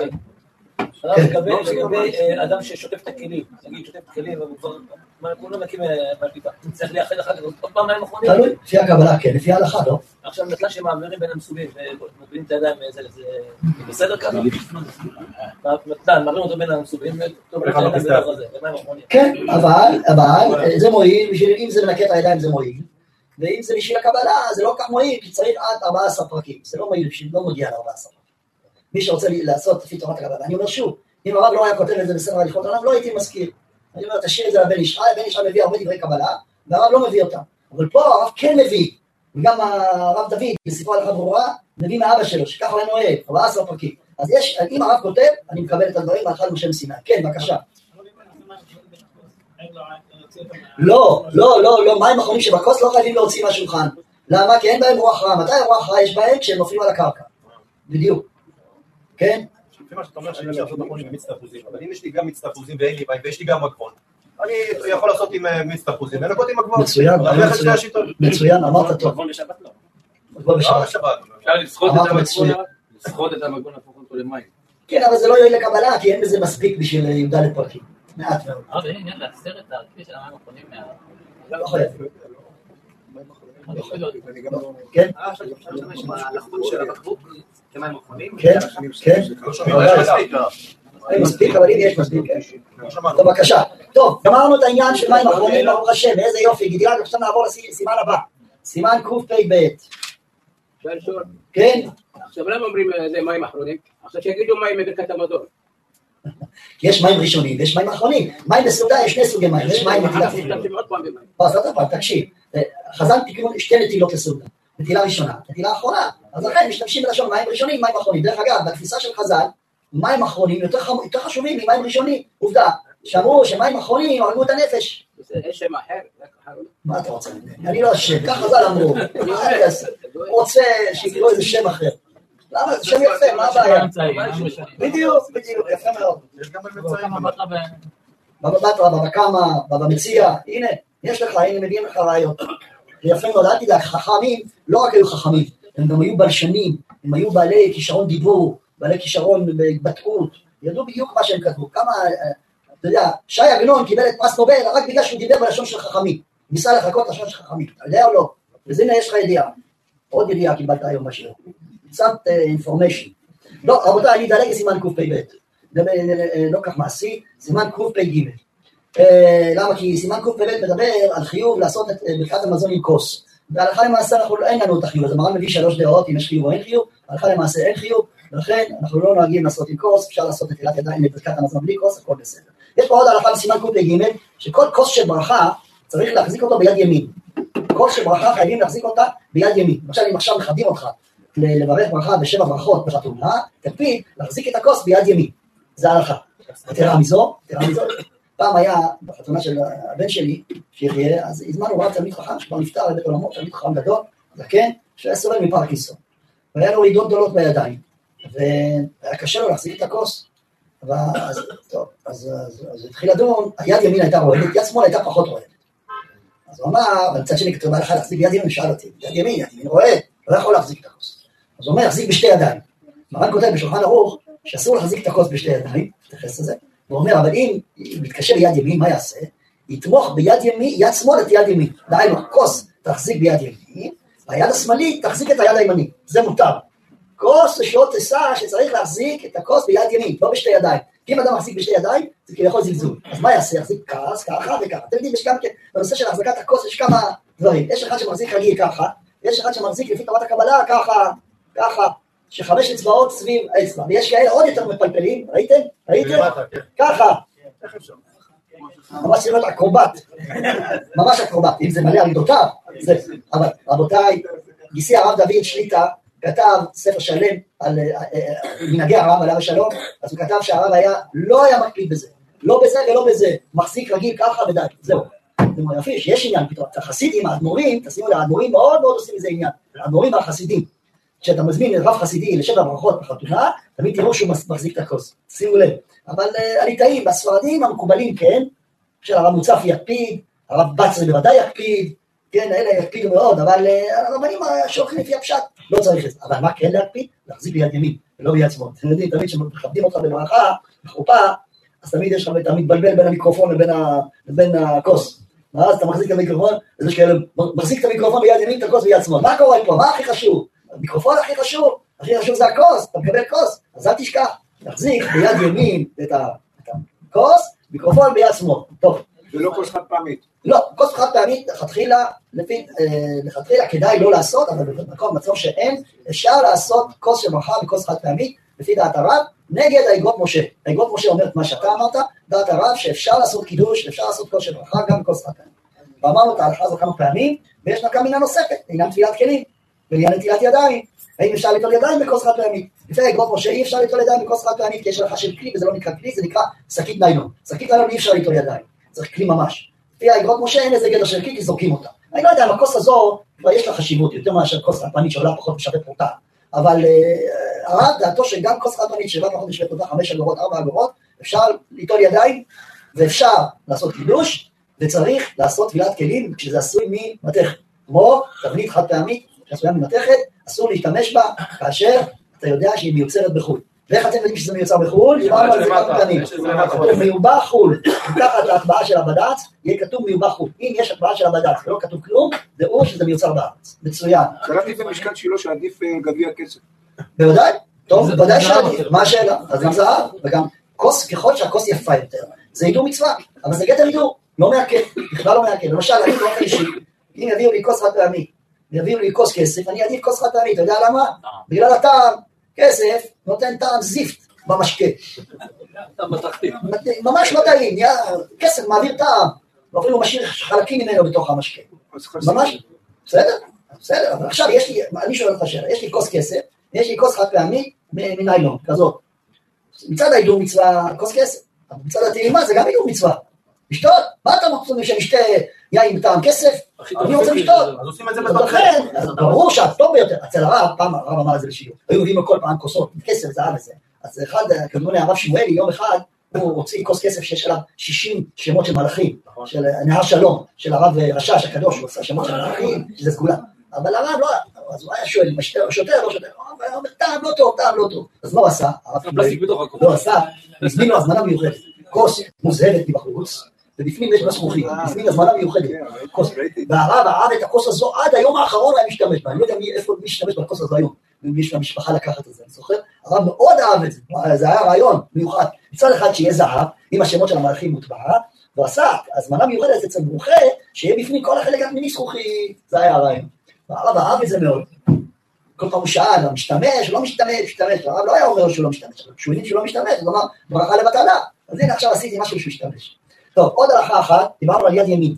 לגבי אדם ששוטף את הכלים, נגיד שוטף את הכלים, אבל הוא לא נקים מהשליטה, צריך לייחד אחר כך עוד פעם מים אחרונים? תלוי, לפי הקבלה, כן, לפי ההלכה, לא? עכשיו נטלה שמעבירים בין המסובים, ומקבילים את הידיים, זה בסדר ככה? נטלה, מעבירים אותו בין המסובים, ומים אחרונים. כן, אבל זה מועיל, אם זה לנקה את הידיים זה מועיל, ואם זה בשביל הקבלה זה לא כך מועיל, כי צריך עד 14 פרקים, זה לא מועיל, לא מגיע ל-14 פרקים. מי שרוצה לעשות לפי תורת הקבלה, אני אומר שוב, אם הרב לא היה כותב את זה בספר הליכות עליו, לא הייתי מזכיר. אני אומר, תשאיר את זה לבן ישי, בן ישי מביא הרבה דברי קבלה, והרב לא מביא אותם. אבל פה הרב כן מביא, וגם הרב דוד, בספרו הלכה ברורה, מביא מאבא שלו, שככה הוא נוהג, 14 פרקים. אז יש, אם הרב כותב, אני מקבל את הדברים, ואכל משה מסיני. כן, בבקשה. לא, מים אחרונים שבכוס לא חייבים להוציא מהשולחן. למה? כי אין בהם רוח רע. מתי רוח רע יש בהם? כשהם נופלים על הקרקע. בדיוק. כן? לפי מה שאתה אומר שאני אפשר לעשות אחרונים במיץ תפוזים, אבל אם יש לי גם מיץ תפוזים ואין לי מים ויש לי גם מגבון, אני יכול לעשות עם מיץ תפוזים, לנקות עם מגבון. מצוין, אמרת טוב. מגבון בשבת לא. מגבון בשבת. אפשר לסחוט את המגבון להפוך אותו למים. כן, אבל זה לא יועיל לקבלה, כי אין בזה מספיק בשביל י"ד פרקים. מעט מאוד. אבל אין עניין להחזיר את הכלי של המים האחרונים לא חייב. כן? אפשר להשתמש בלחמון של הבקבוק כמים אחרונים? כן. מספיק, אבל אם יש מספיק. טוב, בבקשה. טוב, גמרנו את העניין של מים אחרונים, ברוך השם, איזה יופי. גידילן, עכשיו נעבור לסימן הבא. סימן קפ"ב. שואל שואל. כן? עכשיו למה אומרים זה מים אחרונים? עכשיו שיגידו מים בברכת המזון. יש מים ראשונים ויש מים אחרונים. מים בסעודה יש שני סוגי מים. יש מים נטילת מים. אז עוד פעם, תקשיב. חז"ל תקנו שתי נטילות לסעודה. נטילה ראשונה, נטילה אחרונה. אז לכן משתמשים בלשון מים ראשונים, מים אחרונים. דרך אגב, בתפיסה של חז"ל, מים אחרונים יותר חשובים ממים ראשונים. עובדה, שאמרו שמים אחרונים הרגו את הנפש. יש שם אחר. מה אתה רוצה? אני לא אשם, כך חז"ל אמרו. רוצה שיקראו איזה שם אחר. למה? זה שם יפה, מה הבעיה? בדיוק, יפה מאוד. יש גם במצרים. בבא בתרא, בבא קמא, בבא מציעא, הנה, יש לך, הנה מביאים לך ראיות. ויפה מאוד, אל תדע, חכמים לא רק היו חכמים, הם גם היו בלשנים, הם היו בעלי כישרון דיבור, בעלי כישרון בהתבטאות, ידעו בדיוק מה שהם כתבו. כמה, אתה יודע, שי עגנון קיבל את פרס נובל רק בגלל שהוא דיבר בלשון של חכמים, ניסה לחכות לשון של חכמים, אתה יודע או לא? אז הנה יש לך ידיעה, עוד ידיעה קיבלת היום בשיר, קצת information. לא, רבותיי, אני אדלג לסימן קפ"ב, לא כך מעשי, סימן קפ"ג. למה? כי סימן קפ"ב מדבר על חיוב לעשות את ברכת המזון עם כוס. והלכה למעשה אין לנו את החיוב, אז המרן מביא 3 דעות אם יש חיוב או אין חיוב, הלכה למעשה אין חיוב, ולכן אנחנו לא נוהגים לעשות עם כוס, אפשר לעשות נטילת ידיים בברכת המזון בלי כוס, הכל בסדר. יש פה עוד הלכה בסימן קפ"ג, שכל כוס של ברכה צריך להחזיק אותו ביד ימין. כוס של ברכה חייבים להחזיק אותה ביד ימין. עכשיו אם עכשיו מכבדים אותך לברך ברכה ב7 ברכות בחתונה, תקפיד להחזיק את הכוס ביד ימין. זה ההלכה. תראה מזו, פעם היה בחתונה של הבן שלי, שיחיה, אז הזמנו רב תלמיד חכם, שכבר נפטר לבית עולמות, תלמיד חכם גדול, זקן, שהיה סובל מפרקינסון. והיה לו רעידות גדולות בידיים, והיה קשה לו להחזיק את הכוס. אז התחיל לדון, היד ימין הייתה רועדת, יד שמאל הייתה פחות רועדת. אז הוא אמר, בצד שני כתובה לך להחזיק ביד ימין, שאל אותי, יד ימין רועד, לא יכול להחזיק את הכוס. אז הוא אומר, להחזיק בשתי ידיים. מרן כותב בשולחן ערוך, שאסור להחזיק את הכוס בשתי ידיים, תתייחס לזה. הוא אומר, אבל אם מתקשר ביד ימין, מה יעשה? יתמוך ביד ימין, יד שמאל את יד ימין. דהיינו, הכוס תחזיק ביד ימין, והיד השמאלית תחזיק את היד הימנית. זה מותר. כוס לשעות תסע שצריך להחזיק את הכוס ביד ימין, לא בשתי ידיים. כי אם אדם מחזיק בשתי ידיים, זה כביכול זלזול. אז מה יעשה? יחזיק כעס, ככה וככה. אתם יודעים, יש גם כן, בנושא של החזקת הכוס יש כמה דברים. יש אחד שמחזיק רגיל ככה, יש אחד שמחזיק לפי תורת הקבלה ככה, שחמש אצבעות סביב האצבע, ויש כאלה עוד יותר מפלפלים, ראיתם? ככה. ממש להיות אקרובט, ממש אקרובט, אם זה מלא ערידותיו, אבל רבותיי, גיסי הרב דוד שליטה, כתב ספר שלם על מנהגי הרב עליו השלום, אז הוא כתב שהרב לא היה מקפיד בזה, לא בזה ולא בזה, מחזיק רגיל ככה ודי, זהו. זה יפה, שיש עניין פתאום, החסידים, האדמו"רים, תשימו לאדמו"רים מאוד מאוד עושים מזה עניין, האדמו"רים והחסידים, כשאתה מזמין רב חסידי ל7 ברכות בחתונה, תמיד תראו שהוא מחזיק את הכוס, שימו לב, אבל הליטאים, בספרדים המקובלים כן, של הרב מוצפי יקפיד, הרב בצרי בוודאי יקפיד, כן, אלה יקפידו מאוד, אבל הרבנים שהולכים לפי הפשט, לא צריך את זה, אבל מה כן להקפיד? להחזיק ביד ימין, ולא ביד שמאל, אתם יודעים, תמיד שמכבדים אותך בברכה, בחופה, אז תמיד יש לך, אתה מתבלבל בין המיקרופון לבין הכוס, ואז אתה מחזיק את המיקרופון, אז יש כאלה, מחזיק את המיקרופון ביד ימין, את הכוס ביד שמאל, מה קורה פה? מה הכי חשוב? המיקרופון הכי חשוב זה הכוס, אתה מקבל כוס, אז אל תשכח, תחזיק ביד ימין את הכוס, מיקרופון ביד שמאל, טוב. זה לא כוס חד פעמית. לא, כוס חד פעמית, לכתחילה כדאי לא לעשות, אבל בכל מצב שאין, אפשר לעשות כוס של ברכה וכוס חד פעמית, לפי דעת הרב, נגד האגרות משה. האגרות משה אומרת מה שאתה אמרת, דעת הרב שאפשר לעשות קידוש, אפשר לעשות כוס של ברכה, גם כוס חד פעמית. ואמרנו את ההלכה הזו כמה פעמים, ויש נקה מינה נוספת, עניין תפילת כלים. בעניין נטילת ידיים, האם אפשר ליטול ידיים בכוס חד פעמית? לפי אגרות משה אי אפשר ליטול ידיים בכוס חד פעמית, כי יש הלכה של כלי, וזה לא נקרא כלי, זה נקרא שקית ניילון. שקית ניילון אי אפשר ליטול ידיים, צריך כלי ממש. לפי אגרות משה אין איזה גדר של כלי, כי זורקים אותה. אני לא יודע, הכוס הזו כבר יש לה חשיבות, יותר מאשר כוס חד פעמית שעולה פחות משווה פרוטה. אבל הרב דעתו שגם כוס חד פעמית שבא פחות משווה פרוטה, 5 אגורות, 4 אגורות, אפשר ליטול ידיים, ואפשר לעשות קידוש, וצריך לעשות טבילת כלים, כשזה עשוי ממתכת. כמו תבנית חד פעמית, שעשויה ממתכת, אסור להשתמש בה, כאשר אתה יודע שהיא מיוצרת בחו"ל. ואיך אתם יודעים שזה מיוצר בחו"ל? דיברנו על זה כמה פעמים. מיובא חו"ל, תחת ההטבעה של הבד"ץ, יהיה כתוב מיובא חו"ל. אם יש הטבעה של הבד"ץ ולא כתוב כלום, דעו שזה מיוצר בארץ. מצוין. קראתי במשקל שלו שעדיף גביע כסף. בוודאי, טוב, בוודאי שעדיף. מה השאלה? אז גם זהב, וגם כוס, ככל שהכוס יפה יותר, זה הידור מצווה, אבל זה גדר הידור, לא מעכב, בכלל לא מעכב. למשל, אני באופן אישי, אם יביאו לי כוס חד פעמית, יביאו לי כוס כסף, אני אעדיף כוס חד פעמית, אתה יודע למה? בגלל הטעם, כסף נותן טעם זיפט במשקה. ממש לא טעים, כסף מעביר טעם, ואפילו משאיר חלקים ממנו בתוך המשקה. ממש, בסדר, אבל עכשיו יש לי, אני שואל אותך שאלה, יש לי כוס כסף, יש לי כוס חד פעמית מניילון, כזאת. מצד ההידור מצווה כוס כסף, מצד הטעימה זה גם הידור מצווה. לשתות? מה אתה רוצה שנשתה יין טעם כסף? אני רוצה לשתות. אז עושים את זה לכן, ברור שהטוב ביותר, אצל הרב, פעם הרב אמר את זה לשיעור, היו מביאים כל פעם כוסות, כסף, זהב וזה. אז אחד, כמובן הרב שמואלי, יום אחד, הוא הוציא כוס כסף שיש עליו 60 שמות של מלאכים, של נהר שלום, של הרב רשש הקדוש, הוא עושה שמות של מלאכים, שזה סגולה. אבל הרב לא, אז הוא היה שואל, שוטר, לא שוטר, הוא אומר, טעם לא טוב, טעם לא טוב. אז מה הוא עשה? לא עשה, הזמין לו הזמנה מיוחדת, כוס מוזהבת מבחוץ, ובפנים יש בזכוכית, בפנים הזמנה מיוחדת, והרב אהב את הכוס הזו עד היום האחרון היה משתמש בה, אני לא יודע איפה מי משתמש בכוס הזו היום, מישהו מהמשפחה לקחת את זה, אני זוכר, הרב מאוד אהב את זה, זה היה רעיון מיוחד, מצד אחד שיהיה זהב, עם השמות של המלאכים מוטבע, ועשה הזמנה מיוחדת אצל מומחה, שיהיה בפנים כל החלק הפנימי זכוכית, זה היה הרעיון, והרב אהב את זה מאוד, כל פעם הוא שאל, משתמש, לא משתמש, הרב לא היה אומר שהוא לא משתמש, כשהוא הבין שהוא לא משתמש, הוא אמר, ברכה לבטלה, אז הנה עכשיו עשיתי משהו שהוא משתמש. טוב, עוד הלכה אחת, דיברנו על יד ימין.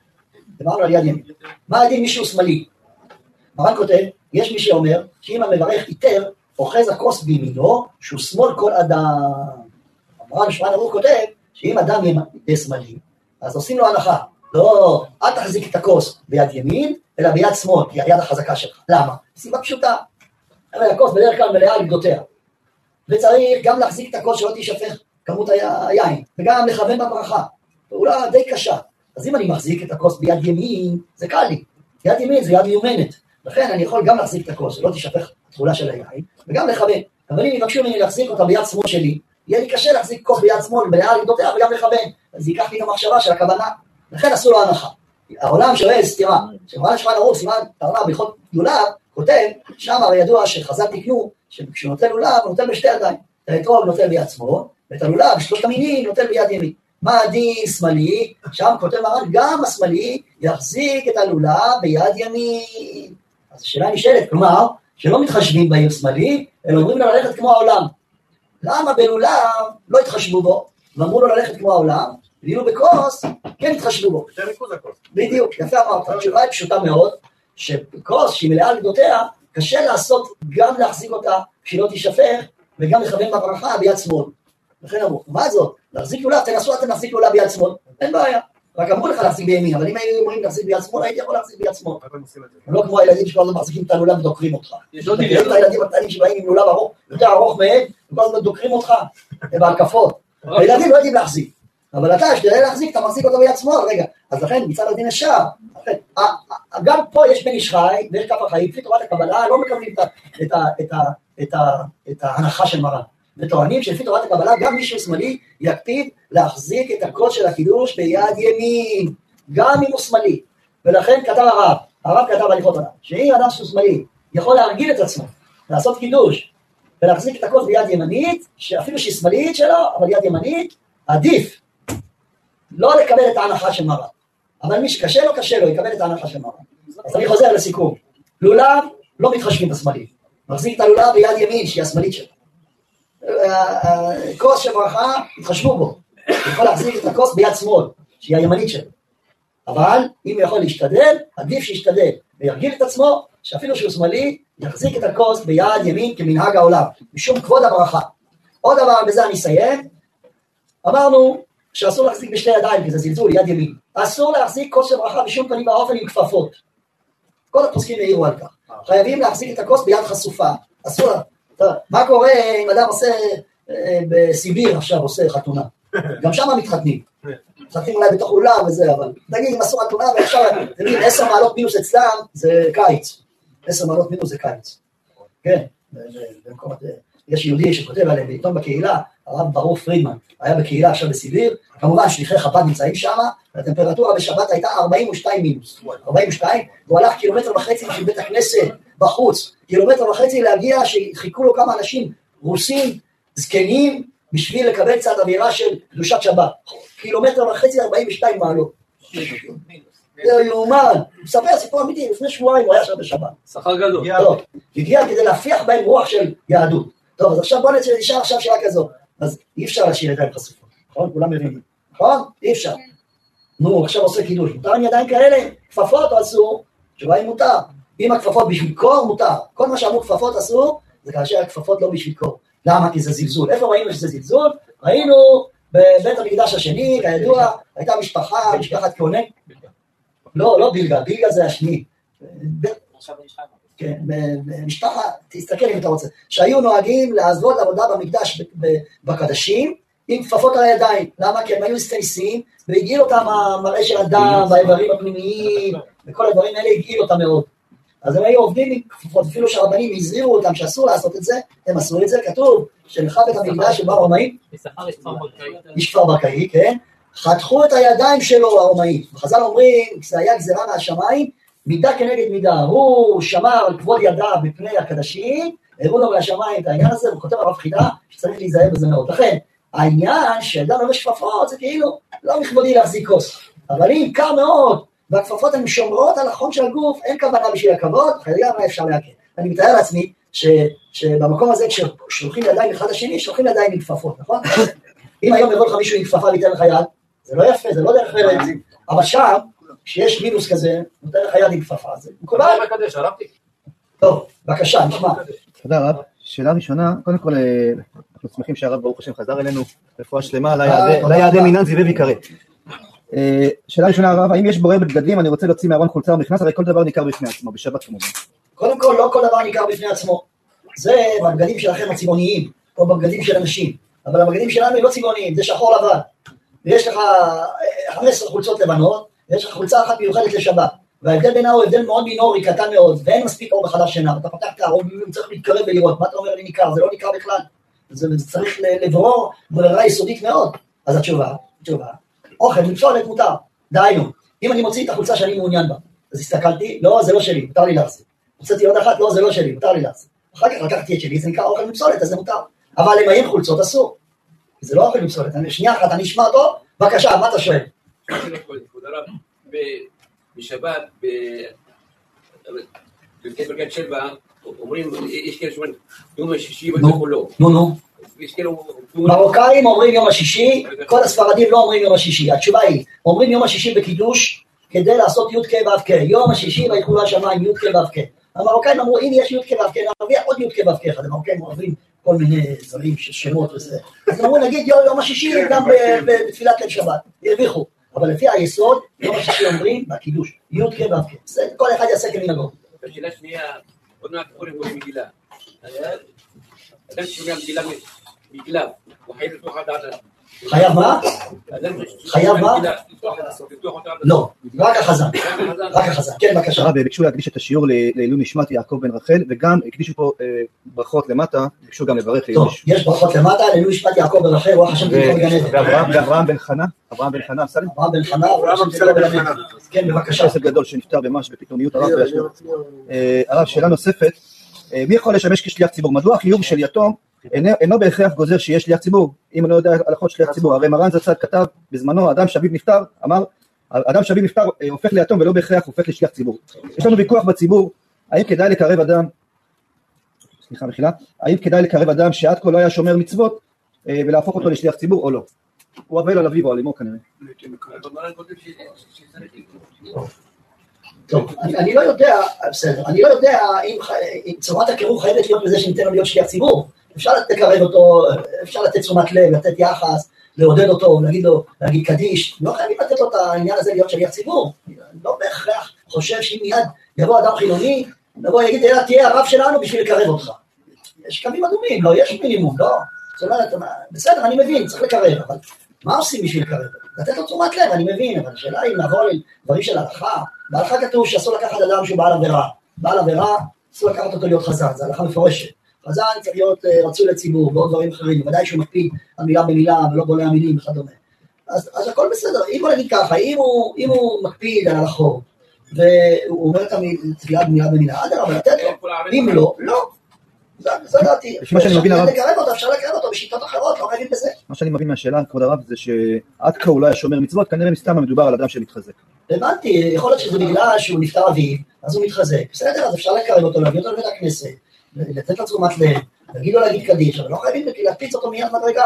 מה הדין מישהו שמאלי? מרן כותב, יש מי שאומר, שאם המברך איתר, אוחז הכוס בימינו, שהוא שמאל כל אדם. מרן שולחן ערוך כותב, שאם אדם יהיה שמאלי, אז עושים לו הנחה. לא, אל תחזיק את הכוס ביד ימין, אלא ביד שמאל, כי היד החזקה שלך. למה? סיבה פשוטה. אבל הכוס בדרך כלל מלאה על גדותיה. וצריך גם להחזיק את הכוס שלא תישפך כמות היין, וגם לכוון בברכה. פעולה די קשה. אז אם אני מחזיק את הכוס ביד ימין, זה קל לי. יד ימין זה יד מיומנת. לכן אני יכול גם להחזיק את הכוס, שלא תישפך התכולה של היין, וגם לכוון. אבל אם יבקשו ממני להחזיק אותה ביד שמאל שלי, יהיה לי קשה להחזיק כוס ביד שמאל, מלאה על גדותיה, וגם לכוון. אז ייקח לי גם מחשבה של הכוונה. לכן עשו לו הנחה. העולם שואל סתירה, שמרן שולחן ערוך, סימן תרנה בהלכות לולב, כותב, שם הרי ידוע שחז"ל תיקנו, שכשהוא נוטל לולב, הוא נוטל בשתי ידיים. את האתרוג נוטל ביד שמאל, ואת הלולב, שלושת המינים, נוטל ביד ימין. מה הדין שמאלי? שם כותב מרן, גם השמאלי יחזיק את הלולב ביד ימין. אז השאלה נשאלת, כלומר, שלא מתחשבים בעיר שמאלי, אלא אומרים לו ללכת כמו העולם. למה בלולב לא התחשבו בו, ואמרו לו ללכת כמו העולם, ואילו בכוס, כן התחשבו בו. יותר ריכוז הכוס. בדיוק, יפה אמרת, התשובה היא פשוטה מאוד, שכוס שהיא מלאה על גדותיה, קשה לעשות, גם להחזיק אותה, כשלא תישפך, וגם לכוון בברכה ביד שמאל. לכן אמרו, מה זאת? להחזיק לולב, תנסו אתם להחזיק לולב ביד שמאל, אין בעיה. רק אמרו לך להחזיק בימין, אבל אם היינו אומרים להחזיק ביד שמאל, הייתי יכול להחזיק ביד שמאל. לא כמו הילדים שכל הזמן מחזיקים את הלולב ודוקרים אותך. יש עוד הילדים הקטנים שבאים עם לולב ארוך, יותר ארוך מהם, וכל הזמן דוקרים אותך, בהקפות. הילדים לא יודעים להחזיק. אבל אתה, שתראה להחזיק, אתה מחזיק אותו ביד שמאל, רגע. אז לכן, מצד הדין השאר, גם פה יש בן איש חי, דרך כף החיים, לפי תורת הקבלה, לא מקבלים את ההנחה של מרן. וטוענים שלפי תורת הקבלה, גם מי ששמאלי יקפיד להחזיק את הכוס של הקידוש ביד ימין, גם אם הוא שמאלי. ולכן כתב הרב כתב בהליכות עליו, שאם אדם שהוא שמאלי יכול להרגיל את עצמו, לעשות קידוש, ולהחזיק את הכוס ביד ימנית, שאפילו שהיא שמאלית שלו, אבל יד ימנית, עדיף לא לקבל את ההנחה של מרן. אבל מי שקשה לו, קשה לו, יקבל את ההנחה של מרן. אז אני חוזר לסיכום. לולב לא מתחשבים בשמאלי. מחזיק את הלולב ביד ימין, שהיא השמאלית שלו. כוס של ברכה, התחשבו בו. הוא יכול להחזיק את הכוס ביד שמאל, שהיא הימנית שלו. אבל אם הוא יכול להשתדל, עדיף שישתדל. וירגיל את עצמו, שאפילו שהוא שמאלי, יחזיק את הכוס ביד ימין כמנהג העולם. משום כבוד הברכה. עוד דבר, בזה אני אסיים. אמרנו, שאסור להחזיק בשתי ידיים, כי זה זלזול, יד ימין. אסור להחזיק כוס של ברכה בשום פנים ואופן עם כפפות. כל הפוסקים העירו על כך. חייבים להחזיק את הכוס ביד חשופה. אסור. מה קורה אם אדם עושה בסיביר עכשיו עושה חתונה? גם שם מתחתנים. מתחתנים אולי בתוך אולם וזה, אבל תגיד, אם אסור חתונה ועכשיו, תגיד, 10 מעלות מינוס אצלם זה קיץ. 10 מעלות מינוס זה קיץ. כן, במקומות... יש יהודי שכותב עליהם בעיתון בקהילה, הרב ברוך פרידמן, היה בקהילה עכשיו בסיביר, כמובן שליחי חב"ד נמצאים שם, והטמפרטורה בשבת הייתה 42 מינוס, 42, והוא הלך 1.5 קילומטר בשביל בית הכנסת בחוץ, 1.5 קילומטר להגיע, שחיכו לו כמה אנשים רוסים, זקנים, בשביל לקבל קצת אווירה של קדושת שבת, 1.5 קילומטר 42 מעלות. זה יאומן, הוא מספר סיפור אמיתי, לפני שבועיים הוא היה שם בשבת. שכר גדול. טוב, הגיע כדי להפיח בהם רוח של יהדות. טוב, אז עכשיו בוא נשאר עכשיו שאלה כזו. אז אי אפשר להשאיר ידיים חשופות, נכון? כולם מבינים, נכון? אי אפשר. נו, עכשיו עושה קידוש, מותר עם ידיים כאלה? כפפות או אסור? תשובה היא מותר. אם הכפפות בשביל קור, מותר. כל מה שאמרו כפפות אסור, זה כאשר הכפפות לא בשביל קור. למה? כי זה זלזול. איפה ראינו שזה זלזול? ראינו בבית המקדש השני, כידוע, הייתה משפחה, משפחת כהונה. לא בילגה, בילגה זה השני. כן, משפחה, תסתכל אם אתה רוצה, שהיו נוהגים לעזבות עבודה במקדש בקדשים, עם כפפות על הידיים. למה? כי הם היו סטייסים, והגעיל אותם המראה של הדם, והאיברים הפנימיים, וכל הדברים האלה הגעיל אותם מאוד. אז הם היו עובדים עם כפפות, אפילו שהרבנים הזהירו אותם שאסור לעשות את זה, הם עשו את זה, כתוב שלך בית המקדש שבא הרומאים, יש כפר ברקאי, כן? חתכו את הידיים שלו הרומאים. וחז"ל אומרים, זה היה גזירה מהשמיים, מידה כנגד מידה, הוא שמר על כבוד ידיו בפני הקדשים, הראו לו מהשמיים את העניין הזה, וכותב הרב חידה שצריך להיזהר בזה מאוד. לכן, העניין שאדם לובש כפפות זה כאילו לא מכבודי להחזיק כוס, אבל אם קר מאוד, והכפפות הן שומרות על החום של הגוף, אין כוונה בשביל הכבוד, חייב מה אפשר להקל. אני מתאר לעצמי שבמקום הזה כששולחים ידיים אחד השני, שולחים ידיים עם כפפות, נכון? אם היום יבוא לך מישהו עם כפפה ויתן לך יד, זה לא יפה, זה לא דרך ארץ, אבל שם, כשיש מינוס כזה, נותן לך יד עם כפפה, זה מקובל? טוב, בבקשה, נשמע. תודה רב. שאלה ראשונה, קודם כל, אנחנו שמחים שהרב ברוך השם חזר אלינו, רפואה שלמה, ליעדי מינן זיווה ויקרא. שאלה ראשונה הרב, האם יש בורר בבגדים, אני רוצה להוציא מארון חולצה ומכנס, הרי כל דבר ניכר בפני עצמו, בשבת כמובן. קודם כל, לא כל דבר ניכר בפני עצמו. זה בבגדים שלכם הצבעוניים, או בבגדים של אנשים. אבל הבגדים שלנו הם לא צבעוניים, זה שחור לבן. ויש לך 15 חולצות לבנות, ויש לך חולצה אחת מיוחדת לשבת. וההבדל בינה הוא הבדל מאוד מינורי, קטן מאוד, ואין מספיק אור בחדר שינה. אתה פותח את הארון, צריך להתקרב ולראות, מה אתה אומר לי ניכר? זה לא ניכר בכלל. זה צריך לברור ברירה יסודית מאוד. אז התשובה, אוכל, מפסולת מותר. דהיינו, אם אני מוציא את החולצה שאני מעוניין בה, אז הסתכלתי, לא, זה לא שלי, מותר לי להחזיר. הוצאתי עוד אחת, לא, זה לא שלי, מותר לי להחזיר. אחר כך לקחתי את שלי, זה נקרא אוכל מפסולת, אז זה מותר. אבל למעין חולצות אסור. זה לא אוכל מפסולת. שנייה אחת, אני אשמע אותו, בבקשה, מה אתה שואל? בשבת, בברכת שבע, אומרים, יש כאלה שאומרים, יום השישי וזה כולו. נו. מרוקאים אומרים יום השישי, כל הספרדים לא אומרים יום השישי. התשובה היא, אומרים יום השישי בקידוש, כדי לעשות י' כ' ו' כ'. יום השישי ויקראו לשמיים י' כ' ו' כ'. המרוקאים אמרו, אם יש י' כ' ו' כ', נרוויח עוד י' כ' ו' כ'. המרוקאים אוהבים כל מיני זרים, שמות וזה. אז אמרו, נגיד יום השישי גם בתפילת ליל שבת. הרוויחו. אבל לפי היסוד, יום השישי אומרים בקידוש, י' כ' ו' כ'. כל אחד יעשה כמנהגו. השאלה שנייה, עוד מעט קוראים לו מגילה. אדם ששומע מגילה, הוא חייב לפתוח את העדה. חייב מה? חייב מה? לא, רק החזן. כן, בבקשה. הרב, ביקשו להקדיש את השיעור לעילוי נשמת יעקב בן רחל, וגם הקדישו פה ברכות למטה, ביקשו גם לברך לעילוי נשמת. יש ברכות למטה, לעילוי נשמת יעקב בן רחל, רוח השם תלכו בגן עדן. ואברהם בן חנה, אברהם בן חנה, רוח השם תלכו בגן עדן. כן, בבקשה. חסד גדול שנפטר ממש בפתאומיות הרב. הרב, שאלה נוספת, מי יכול לשמש כשליח ציבור? מדוע החיוב של יתום אינו בהכרח גוזר שיש שליח ציבור? אם אני לא יודע הלכות שליח ציבור, הרי מרן זצ"ל כתב בזמנו, אדם שאביו נפטר, אמר, אדם שאביו נפטר הופך ליתום ולא בהכרח הופך לשליח ציבור. יש לנו ויכוח בציבור, האם כדאי לקרב אדם, האם כדאי לקרב אדם שעד כה לא היה שומר מצוות ולהפוך אותו לשליח ציבור או לא? הוא אבל על אביו או על אמו כנראה. טוב, אני לא יודע, בסדר, אני לא יודע אם צורת הקירוב חייבת להיות בזה שניתן לו להיות שליח ציבור. אפשר לקרב אותו, אפשר לתת תשומת לב, לתת יחס, לעודד אותו, להגיד קדיש. לא חייבים לתת לו את העניין הזה להיות שליח ציבור. לא בהכרח חושב שאם מיד יבוא אדם חילוני, נבוא יגיד, תהיה הרב שלנו בשביל לקרב אותך. יש קווים אדומים, לא, יש מינימום, לא. זאת אומרת, בסדר, אני מבין, צריך לקרב, אבל מה עושים בשביל לקרב? לתת לו תשומת לב, אני מבין, אבל השאלה אם נעבור לדברים של הלכה, בהלכה כתוב שאסור לקחת אדם שהוא בעל עבירה. בעל עבירה, אסור לקחת אותו להיות חזן, זה הלכה מפורשת. חזן צריך להיות רצוי לציבור, ועוד דברים אחרים, בוודאי שהוא מקפיד על מילה במילה, ולא בולע מילים וכדומה. אז הכל בסדר, אם הוא נגיד ככה, אם הוא מקפיד על הלכות, והוא אומר את התפילה במילה במילה, אבל לתת לו, אם לא, לא. זו דעתי. אפשר לקרב אותו בשיטות אחרות, לא חייבים בזה. מה שאני מבין מהשאלה, כבוד הרב, זה שעד כה הוא לא היה שומר מצוות, כנראה מסתם מדובר על אדם שמתחזק. הבנתי, יכול להיות שזה בגלל שהוא נפטר אביו, אז הוא מתחזק. בסדר, אז אפשר לקרב אותו, להביא אותו לבית הכנסת, לתת לו תשומת לב, להגיד לו להגיד קדיש, אבל לא חייבים להקפיץ אותו מיד מדרגה.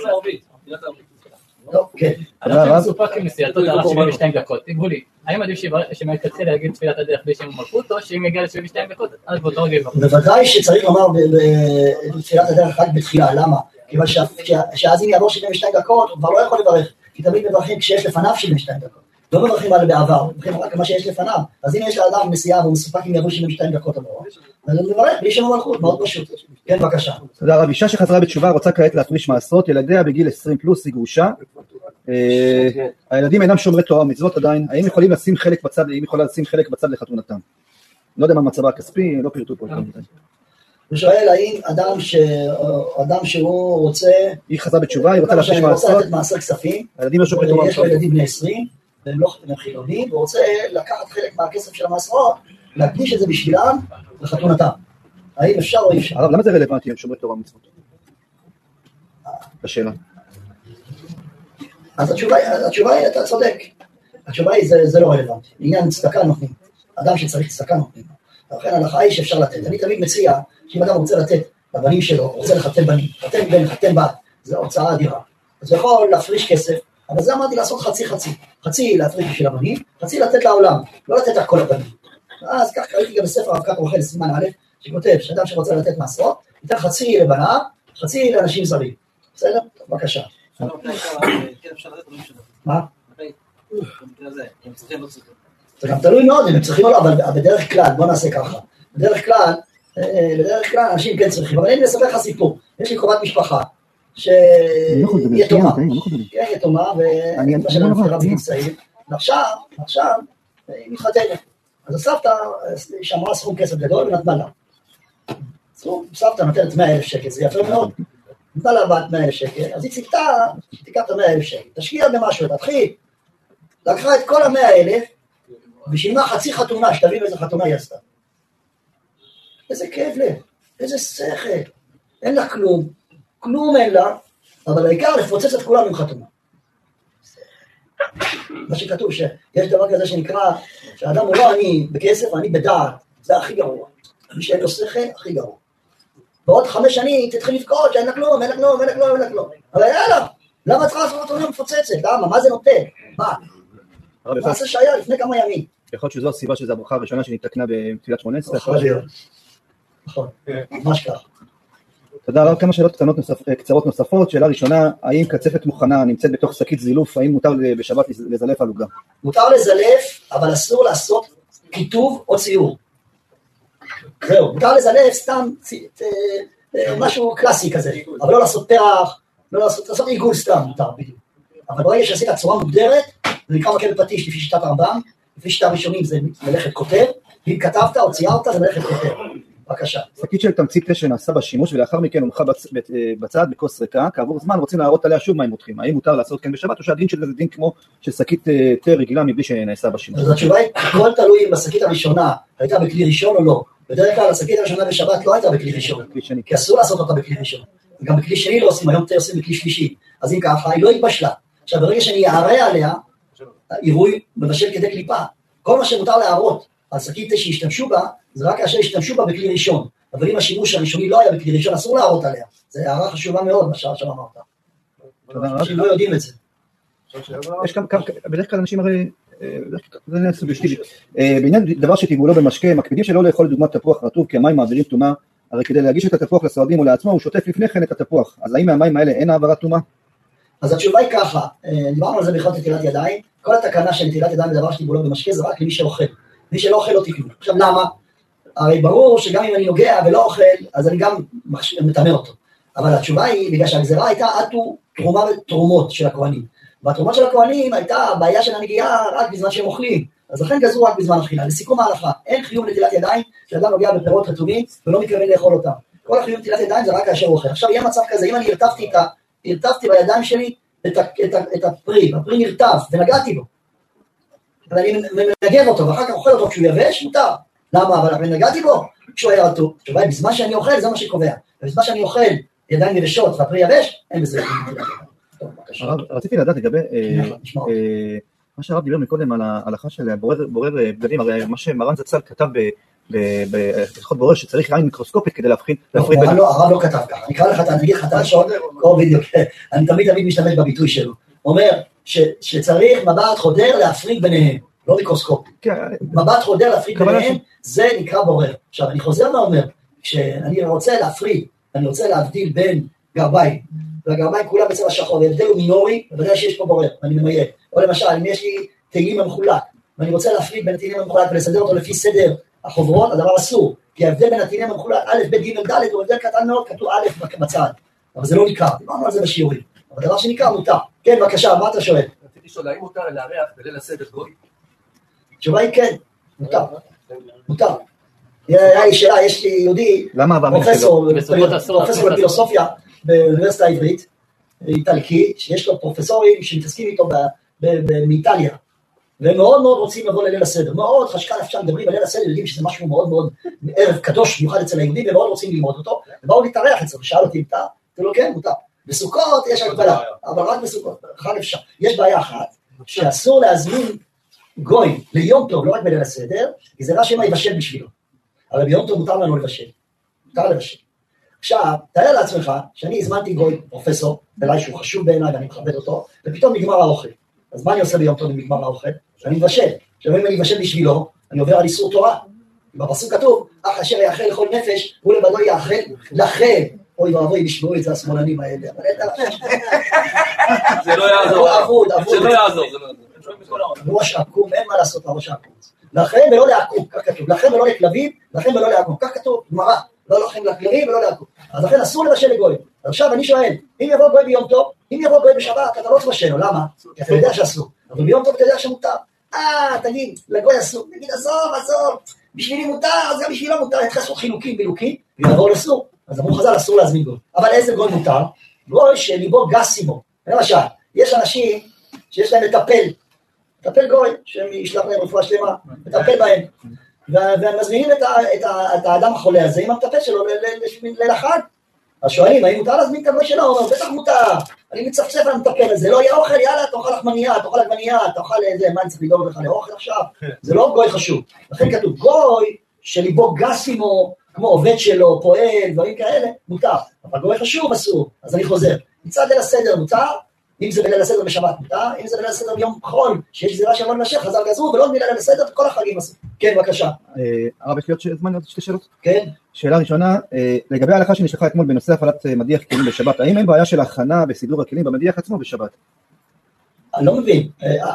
לא, כן. אדם שמסופק כמסייעתו דרך 72 דקות, תגבו לי, האם עדיף שמקצה להגיד תפילת הדרך בלי שם מלכות, או שאם יגיע ל-72 דקות, אז באותו רגע יבחור? בוודאי שצריך לומר בתפילת הדרך רק בתחילה, למה? כיוון שאז אם יעבור 72 דקות, הוא כבר לא יכול לברך, כי תמיד מברכים כשיש לפניו 72 דקות. לא מברכים על בעבר, מברכים רק מה שיש לפניו. אז אם יש לאדם נסיעה והוא מסופק עם יבוא 72 דקות עבורו, אז הוא מברך בלי שם המלכות, מאוד פשוט. כן, בבקשה. תודה רב. אישה שחזרה בתשובה רוצה כעת להפריש מעשרות, ילדיה בגיל 20 פלוס, היא גרושה. הילדים אינם שומרי תורה ומצוות עדיין, האם יכולים לשים חלק בצד, האם יכולה לשים חלק בצד לחתונתם? לא יודע מה מצבה הכספי, לא פירטו פה. הוא שואל האם אדם שהוא רוצה, היא חזרה בתשובה, היא רוצה להפריש מעשרות, רוצה לתת מעשר כספים, הילדים לא שומרי תורה. יש לו ילדים בני 20, והם לא חילונים, והוא רוצה לקחת חלק מהכסף של המעשרות, להקדיש את זה בשבילם לחתונתם. האם אפשר או אפשר? הרב, למה זה רלוונטי עם שומרי תורה ומצוות? השאלה. אז התשובה היא, אתה צודק. התשובה היא, זה לא רלוונטי. עניין צדקה נותנים. אדם שצריך צדקה נותנים. לכן ההלכה היא שאפשר לתת. אני תמיד מציע, שאם אדם רוצה לתת לבנים שלו, רוצה לחתן בנים, חתן בן, חתן בת, זו הוצאה אדירה. אז הוא יכול להפריש כסף, אבל זה אמרתי לעשות חצי. חצי להפריש בשביל הבנים, חצי לתת לעולם, לא לתת את כל הבנים. אז כך קראתי גם בספר הרב כת אוכל סימן א', שכותב שאדם שרוצה לתת מעשרות, ייתן חצי לבניו, חצי לאנשים זרים. בסדר? בבקשה. כן אפשר לתת דברים שלנו. מה? במקרה הזה, הם צריכים לא צריכים. זה גם תלוי מאוד, הם צריכים או לא, אבל בדרך כלל, בוא נעשה ככה. בדרך כלל אנשים כן צריכים, אבל אני מספר לך סיפור. יש לי קרובת משפחה, שיתומה. כן, יתומה, ואמא שלה נפטרה בגיל צעיר. ועכשיו, היא מתחתנת. אז הסבתא שמרה סכום כסף גדול ונתנה לה. סבתא נותנת 100,000 שקל, זה יפה מאוד. נתנה לה בת 100,000 שקל, אז היא ציפתה, תיקח את 100,000 שקל, תשקיע במשהו, תתחיל. לקחה את כל 100,000, ושילמה חצי חתונה, שתבין איזה חתונה היא עשתה. איזה כאב לב, איזה שכל. אין לה כלום אין לה, אבל העיקר לפוצץ את כולם עם חתונה. מה שכתוב, שיש דבר כזה שנקרא, שהאדם הוא לא אני בכסף, אני בדעת, זה הכי גרוע. מי שאין לו שכל, הכי גרוע. בעוד 5 שנים תתחיל לבכות שאין לה כלום. אבל יאללה, למה צריכה לעשות חתונה מפוצצת? למה? מה זה נותן? מה זה שהיה לפני כמה ימים? יכול להיות שזו הסיבה שזו הברכה הראשונה שנתקנה בתפילת 18. נכון, ממש כך. תודה רב. כמה שאלות קצרות נוספות. שאלה ראשונה, האם קצפת מוכנה נמצאת בתוך שקית זילוף, האם מותר בשבת לזלף על עוגה? מותר לזלף, אבל אסור לעשות כיתוב או ציור. זהו, מותר לזלף סתם משהו קלאסי כזה, אבל לא לעשות פרח, לא לעשות עיגול סתם, מותר בדיוק. אבל ברגע שעשית צורה מוגדרת, זה נקרא מקל פטיש לפי שיטת הרמב"ם, לפי שיטה ראשונים זה מלאכת כותב, ואם כתבת או ציירת זה מלאכת כותב. בבקשה. שקית של תמצית תה שנעשה בשימוש ולאחר מכן הונחה בצד בכוס ריקה, כעבור זמן רוצים להראות עליה שוב מים מותחים. האם מותר לעשות כן בשבת או שהדין של זה דין כמו של שקית תה רגילה מבלי שנעשה בשימוש? אז התשובה היא, הכל תלוי אם השקית הראשונה הייתה בכלי ראשון או לא. בדרך כלל השקית הראשונה בשבת לא הייתה בכלי ראשון, כי אסור לעשות אותה בכלי ראשון. גם בכלי שני לא עושים, היום תה עושים בכלי שלישי. אז אם ככה, היא לא התבשלה. עכשיו ברגע שאני אערה עליה, עירוי מבשל כדי קליפה. כל מה שמותר להראות על שקית תה שהשתמשו בה, זה רק כאשר השתמשו בה בכלי ראשון. אבל אם השימוש הראשוני לא היה בכלי ראשון, אסור להראות עליה. זו הערה חשובה מאוד, מה שעכשיו אמרת. אנשים לא יודעים את זה. יש גם, בדרך כלל אנשים הרי, זה נהיה סובייקטיבי. בעניין דבר שתיבולו במשקה, מקפידים שלא לאכול דוגמת תפוח רטוב, כי המים מעבירים טומאה, הרי כדי להגיש את התפוח לסועדים או לעצמו, הוא שוטף לפני כן את התפוח. אז האם מהמים האלה אין העברת טומאה? אז התשובה היא ככה, דיברנו על זה בכלל נטילת ידיים, כל התקנה של נטילת ידיים בדבר שתיבולו במשקה, זה רק למי שאוכל. מי שלא אוכל לא תקנו. עכשיו למה? הרי ברור שגם אם אני נוגע ולא אוכל, אז אני גם מטמא אותו. אבל התשובה היא, בגלל שהגזרה הייתה עטו תרומה ותרומות של הכהנים. והתרומות של הכהנים הייתה הבעיה של הנגיעה רק בזמן שהם אוכלים. אז לכן גזרו רק בזמן אכילה. לסיכום ההלכה, אין חיוב נטילת ידיים שאדם נוגע בפירות רטובים ולא מתכוון לאכול אותם. כל החיוב נטילת ידיים זה רק כאשר הוא אוכל. עכשיו יהיה מצב כזה, אם אני הרטבתי בידיים שלי את הפרי נרטב ונגעתי בו. אבל אני מנגב אותו ואחר כך אוכל אותו כשהוא יבש, מותר. למה? אבל אני נגעתי בו כשהוא היה רטוב. התשובה, בזמן שאני אוכל זה מה שקובע. ובזמן שאני אוכל ידיים יבשות והפרי יבש, אין בזה. רציתי לדעת לגבי מה שהרב דיבר מקודם על ההלכה של בורר בגדים, הרי מה שמרן זצ"ל כתב בהלכות בורר שצריך עין מיקרוסקופית כדי להפריד. הרב לא כתב ככה, אני אקרא לך, אני אגיד לך את הלשון, בדיוק, אני תמיד משתמש בביטוי שלו. אומר שצריך מבט חודר להפריד ביניהם, לא מיקרוסקופי. מבט חודר להפריד ביניהם, זה נקרא בורר. עכשיו אני חוזר ואומר, כשאני רוצה להפריד, אני רוצה להבדיל בין גרביים, והגרביים כולם בצבע שחור, והבדל הוא מינורי, ובוודאי שיש פה בורר, אני ממייק. או למשל, אם יש לי תהילים המחולק, ואני רוצה להפריד בין התהילים המחולק ולסדר אותו לפי סדר החוברות, הדבר אסור, כי ההבדל בין התהילים המחולק א', ב', ג', ד' הוא הבדל קטן מאוד, כתוב א' בצד, אבל זה לא ניכר, דיברנו על זה בשיעורים, אבל דבר שניכר מותר. כן, בבקשה, מה אתה שואל? רציתי לשאול, האם מותר לארח בליל הסדר גוי? התשובה היא כן, מותר. היה לי שאלה, יש לי יהודי, פרופסור לפילוסופיה באוניברסיטה העברית, איטלקי, שיש לו פרופסורים שמתעסקים איתו מאיטליה, והם מאוד מאוד רוצים לבוא לליל הסדר, מאוד חשקה נפשם, מדברים על ליל הסדר, יודעים שזה משהו מאוד מאוד ערב קדוש, במיוחד אצל היהודים, ומאוד רוצים ללמוד אותו, ובאו להתארח אצלו, ושאל אותי, אתה לא כן, מותר. בסוכות יש הגבלה, אבל רק בסוכות, חג אפשר. יש בעיה אחת, שאסור להזמין גוי ליום טוב, לא רק בליל הסדר, כי זה רע שמה יבשל בשבילו. אבל ביום טוב מותר לנו לבשל. מותר לבשל. עכשיו, תאר לעצמך שאני הזמנתי גוי, פרופסור, אליי שהוא חשוב בעיניי ואני מכבד אותו, ופתאום נגמר האוכל. אז מה אני עושה ביום טוב אם נגמר האוכל? שאני מבשל. עכשיו אם אני מבשל בשבילו, אני עובר על איסור תורה. בפסוק כתוב, אך אשר יאכל לכל נפש, הוא לבדו יאכל לכם. אוי ואבוי, ישמעו את זה השמאלנים האלה. זה לא יעזור. זה לא יעזור. ראש עקום, אין מה לעשות לראש עקום. לכם ולא לעקום, כך כתוב. לכם ולא לכלבים, לכם ולא לעקום. כך כתוב, גמרא. לא לכם לכלבים ולא לעקום. אז לכן אסור לבשל לגוי. עכשיו אני שואל, אם יבוא גוי ביום טוב, אם יבוא גוי בשבת, אתה לא תבשל לו, למה? כי אתה יודע שאסור. אבל ביום טוב אתה יודע שמותר. תגיד, לגוי אסור. תגיד, עזוב. בשבילי מותר, אז גם בשבילו מותר. התחיל לעשות חילוקים בילוקים, ויעבור לסור. אז אמרו חז"ל, אסור להזמין גוי. אבל איזה גוי מותר? גוי שליבו גס עמו. למשל, יש אנשים שיש להם מטפל גוי, שישלח להם רפואה שלמה, מטפל בהם. והם מזמינים את האדם החולה הזה עם המטפל שלו לחג. אז שואלים, האם מותר להזמין את הגוי שלו? הוא אומר, בטח מותר. אני מצפצף על המטפל הזה, לא יהיה אוכל, יאללה, תאכל לחמניה, תאכל עגבנייה, תאכל איזה, מה אני צריך לדאוג לך לאוכל עכשיו? זה לא גוי חשוב. לכן כתוב, גוי שליבו גס עמו, כמו עובד שלו, פועל, דברים כאלה, מותר. אבל גוי חשוב אסור. אז אני חוזר. מצד ליל הסדר מותר, אם זה בליל הסדר בשבת מותר, אם זה בליל הסדר ביום חול, שיש גזירה שיבוא למשך, חזר גזרו, ולא בליל הסדר, כל החגים עשו. כן, בבקשה. הרב, יש לי עוד זמן שתי שאלות? כן. שאלה ראשונה, לגבי ההלכה שנשלחה אתמול בנושא הפעלת מדיח כלים בשבת, האם אין בעיה של הכנה וסידור הכלים במדיח עצמו בשבת? אני לא מבין.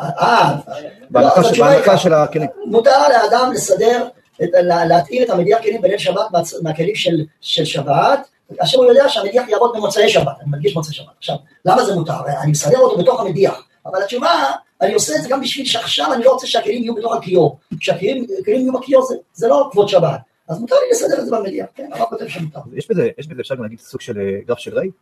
בהלכה של הכלים. מותר לאדם לסדר, להתאים את המדיח כלים בליל שבת מהכלים של שבת, אשר הוא יודע שהמדיח יעבוד במוצאי שבת, אני מדגיש מוצאי שבת. עכשיו, למה זה מותר? אני מסדר אותו בתוך המדיח, אבל התשובה, אני עושה את זה גם בשביל שעכשיו אני לא רוצה שהכלים יהיו בתוך הכיור. כשהכלים יהיו בכיור זה לא כבוד שבת, אז מותר לי לסדר את זה במדיח, כן? אבל כותב שמותר. יש בזה אפשר גם להגיד סוג של גרף של ראי?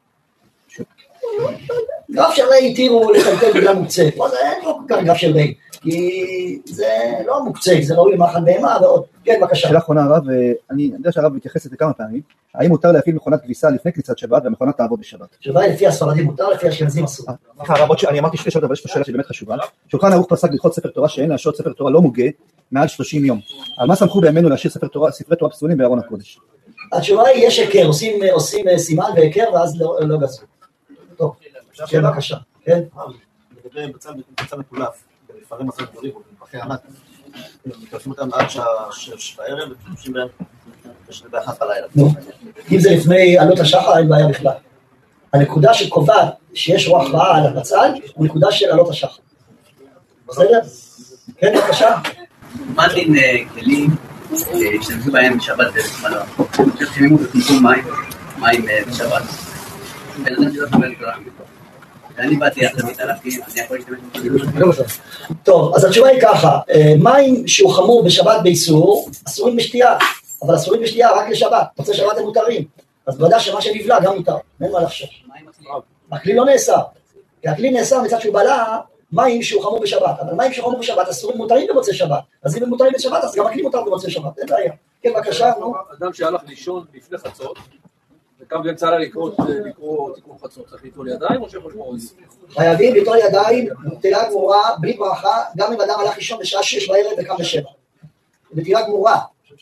גרף של ראי התירו לחלטל בגלל מוקצה, פה זה אין כל כך גרף של ראי, כי זה לא מוקצה, זה ראוי למאכל בהמה ועוד. כן, בבקשה. שאלה אחרונה, הרב, אני יודע שהרב מתייחס לזה כמה פעמים, האם מותר להפעיל מכונת כביסה לפני כניסת שבת והמכונה תעבוד בשבת? התשובה היא לפי הספרדים מותר, לפי האשכנזים אסור. הרב, אני אמרתי שתי שאלות, אבל יש פה שאלה שבאמת חשובה. שולחן ערוך פסק בהלכות ספר תורה שאין להשעות ספר תורה לא מוגה מעל 30 יום. על מה סמכו בימינו להשאיר ספרי תורה פסולים בארון הקודש? התשובה היא יש היכר, עושים סימן והיכר ואז לא גזרו. טוב, כן, בבקשה. כן? לגבי בצל מקולף, לפעמים עשרה גדולים, בפחי ענק, מתקלפים אותם עד שש בערב, ותלושים בהם באחת בלילה. אם זה לפני עלות השחר, אין בעיה בכלל. הנקודה שקובעת שיש רוח רעה על הבצל, הוא נקודה של עלות השחר. בסדר? כן, בבקשה. מה דין כלים שנמצאו בהם בשבת בזמן שחימים ותנקום מים בשבת? בן אדם שלא קורא לקרוא ואני באתי להחלטית עליו, אני יכול להשתמש טוב, אז התשובה היא ככה, מים שהוא חמור בשבת באיסור, אסורים בשתייה, אבל אסורים בשתייה רק לשבת, מוצאי שבת הם מותרים, אז בוודאי שמה שנבלע גם מותר, אין מה לחשוב. הכלי לא נאסר, כי הכלי נאסר מצד שהוא בלע מים שהוא חמור בשבת, אבל מים שהוא חמור בשבת אסורים מותרים במוצאי שבת, אז אם הם מותרים בשבת, אז גם הכלי מותר במוצאי שבת, אין בעיה. כן, בבקשה, נו. אדם שהלך לישון לפני חצות, וקם באמצע הלילה לקרוא תיקון חצות, צריך ליטול ידיים או שיכול לשמור איזה? חייבים ליטול ידיים, נטילה גמורה, בלי ברכה, גם אם אדם הלך לישון בשעה 6 בערב וקם ב7. נטילה גמורה.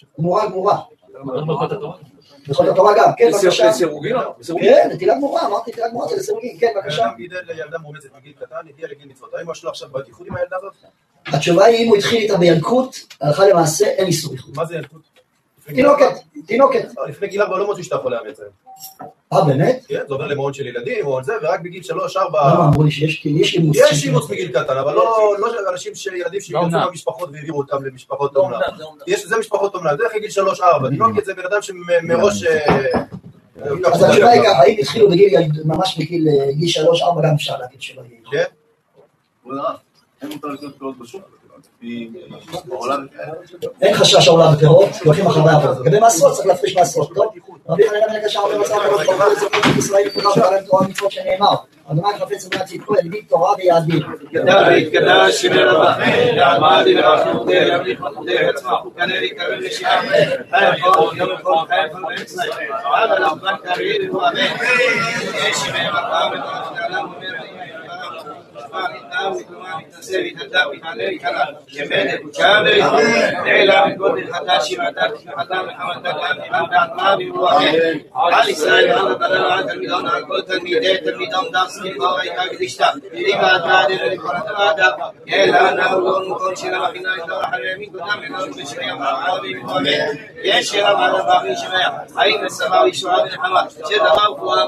בכל התורה גם, כן, בבקשה. לסירוגין? כן, נטילה גמורה, אמרתי נטילה גמורה, זה לסירוגין, כן, בבקשה. אדם גידל לילדה מאומצת בגיל קטן, הגיע לגיל מצוות, האם יש לו עכשיו בייחוד עם הילדה הזאת? התשובה היא, אם הוא התחיל איתה בילקוט, הלכה למעשה אין איסור ייחוד. מה זה ילקוט? תינוקת. לפני גיל 4 לא מוצאים שאתה יכול לאמץ היום. באמת? כן, זה עובר למעון של ילדים או זה, ורק בגיל 3-4... לא, אמרו לי שיש אימוץ. יש אימוץ מגיל קטן, אבל לא אנשים ילדים שיוצאו מהמשפחות והעבירו אותם למשפחות אומנה. זה משפחות אומנה, זה אחרי גיל 3-4. תינוקת זה בן אדם שמראש... אז התשובה היא ככה, אם התחילו ממש בגיל 3-4 גם אפשר להגיד שלא יהיה. כן? אין מותר לקנות פירות בשוק? אין חשש העולם בפירות, הולכים אחרי הפירות. לגבי מעשרות צריך להפריש מעשרות, טוב? רבי חנינא בן עקשיא אומר מצב פירות תאכלו את זה כל ישראל לפניו ועליהם תורה ומצוות שנאמר. אדוני חפץ ומעט ציפו ידיד תורה ויעדים. יתקדש שמי רבה, לעמד ולרחמות ימליך וחודר עצמה, כנראה יקרב לשיעה, חיים כל יום כל חיים כל באמצע, אבל אבן קריב הוא אמן. יש שמי רבה ותורת העולם אומר על ישראל ועל התנא ועל תלמידון על כל תלמידון דף סליחה הייתה קדישתה ליבה תעדר לכל התנא אלא נאולון וכל שירה מכינה את דור אחרי ימין קודם אלא בשמי הערבים ואומר יש שירה מעלה באחרי שמיה האם נסמה וישועה ונחמה שדמה ופועה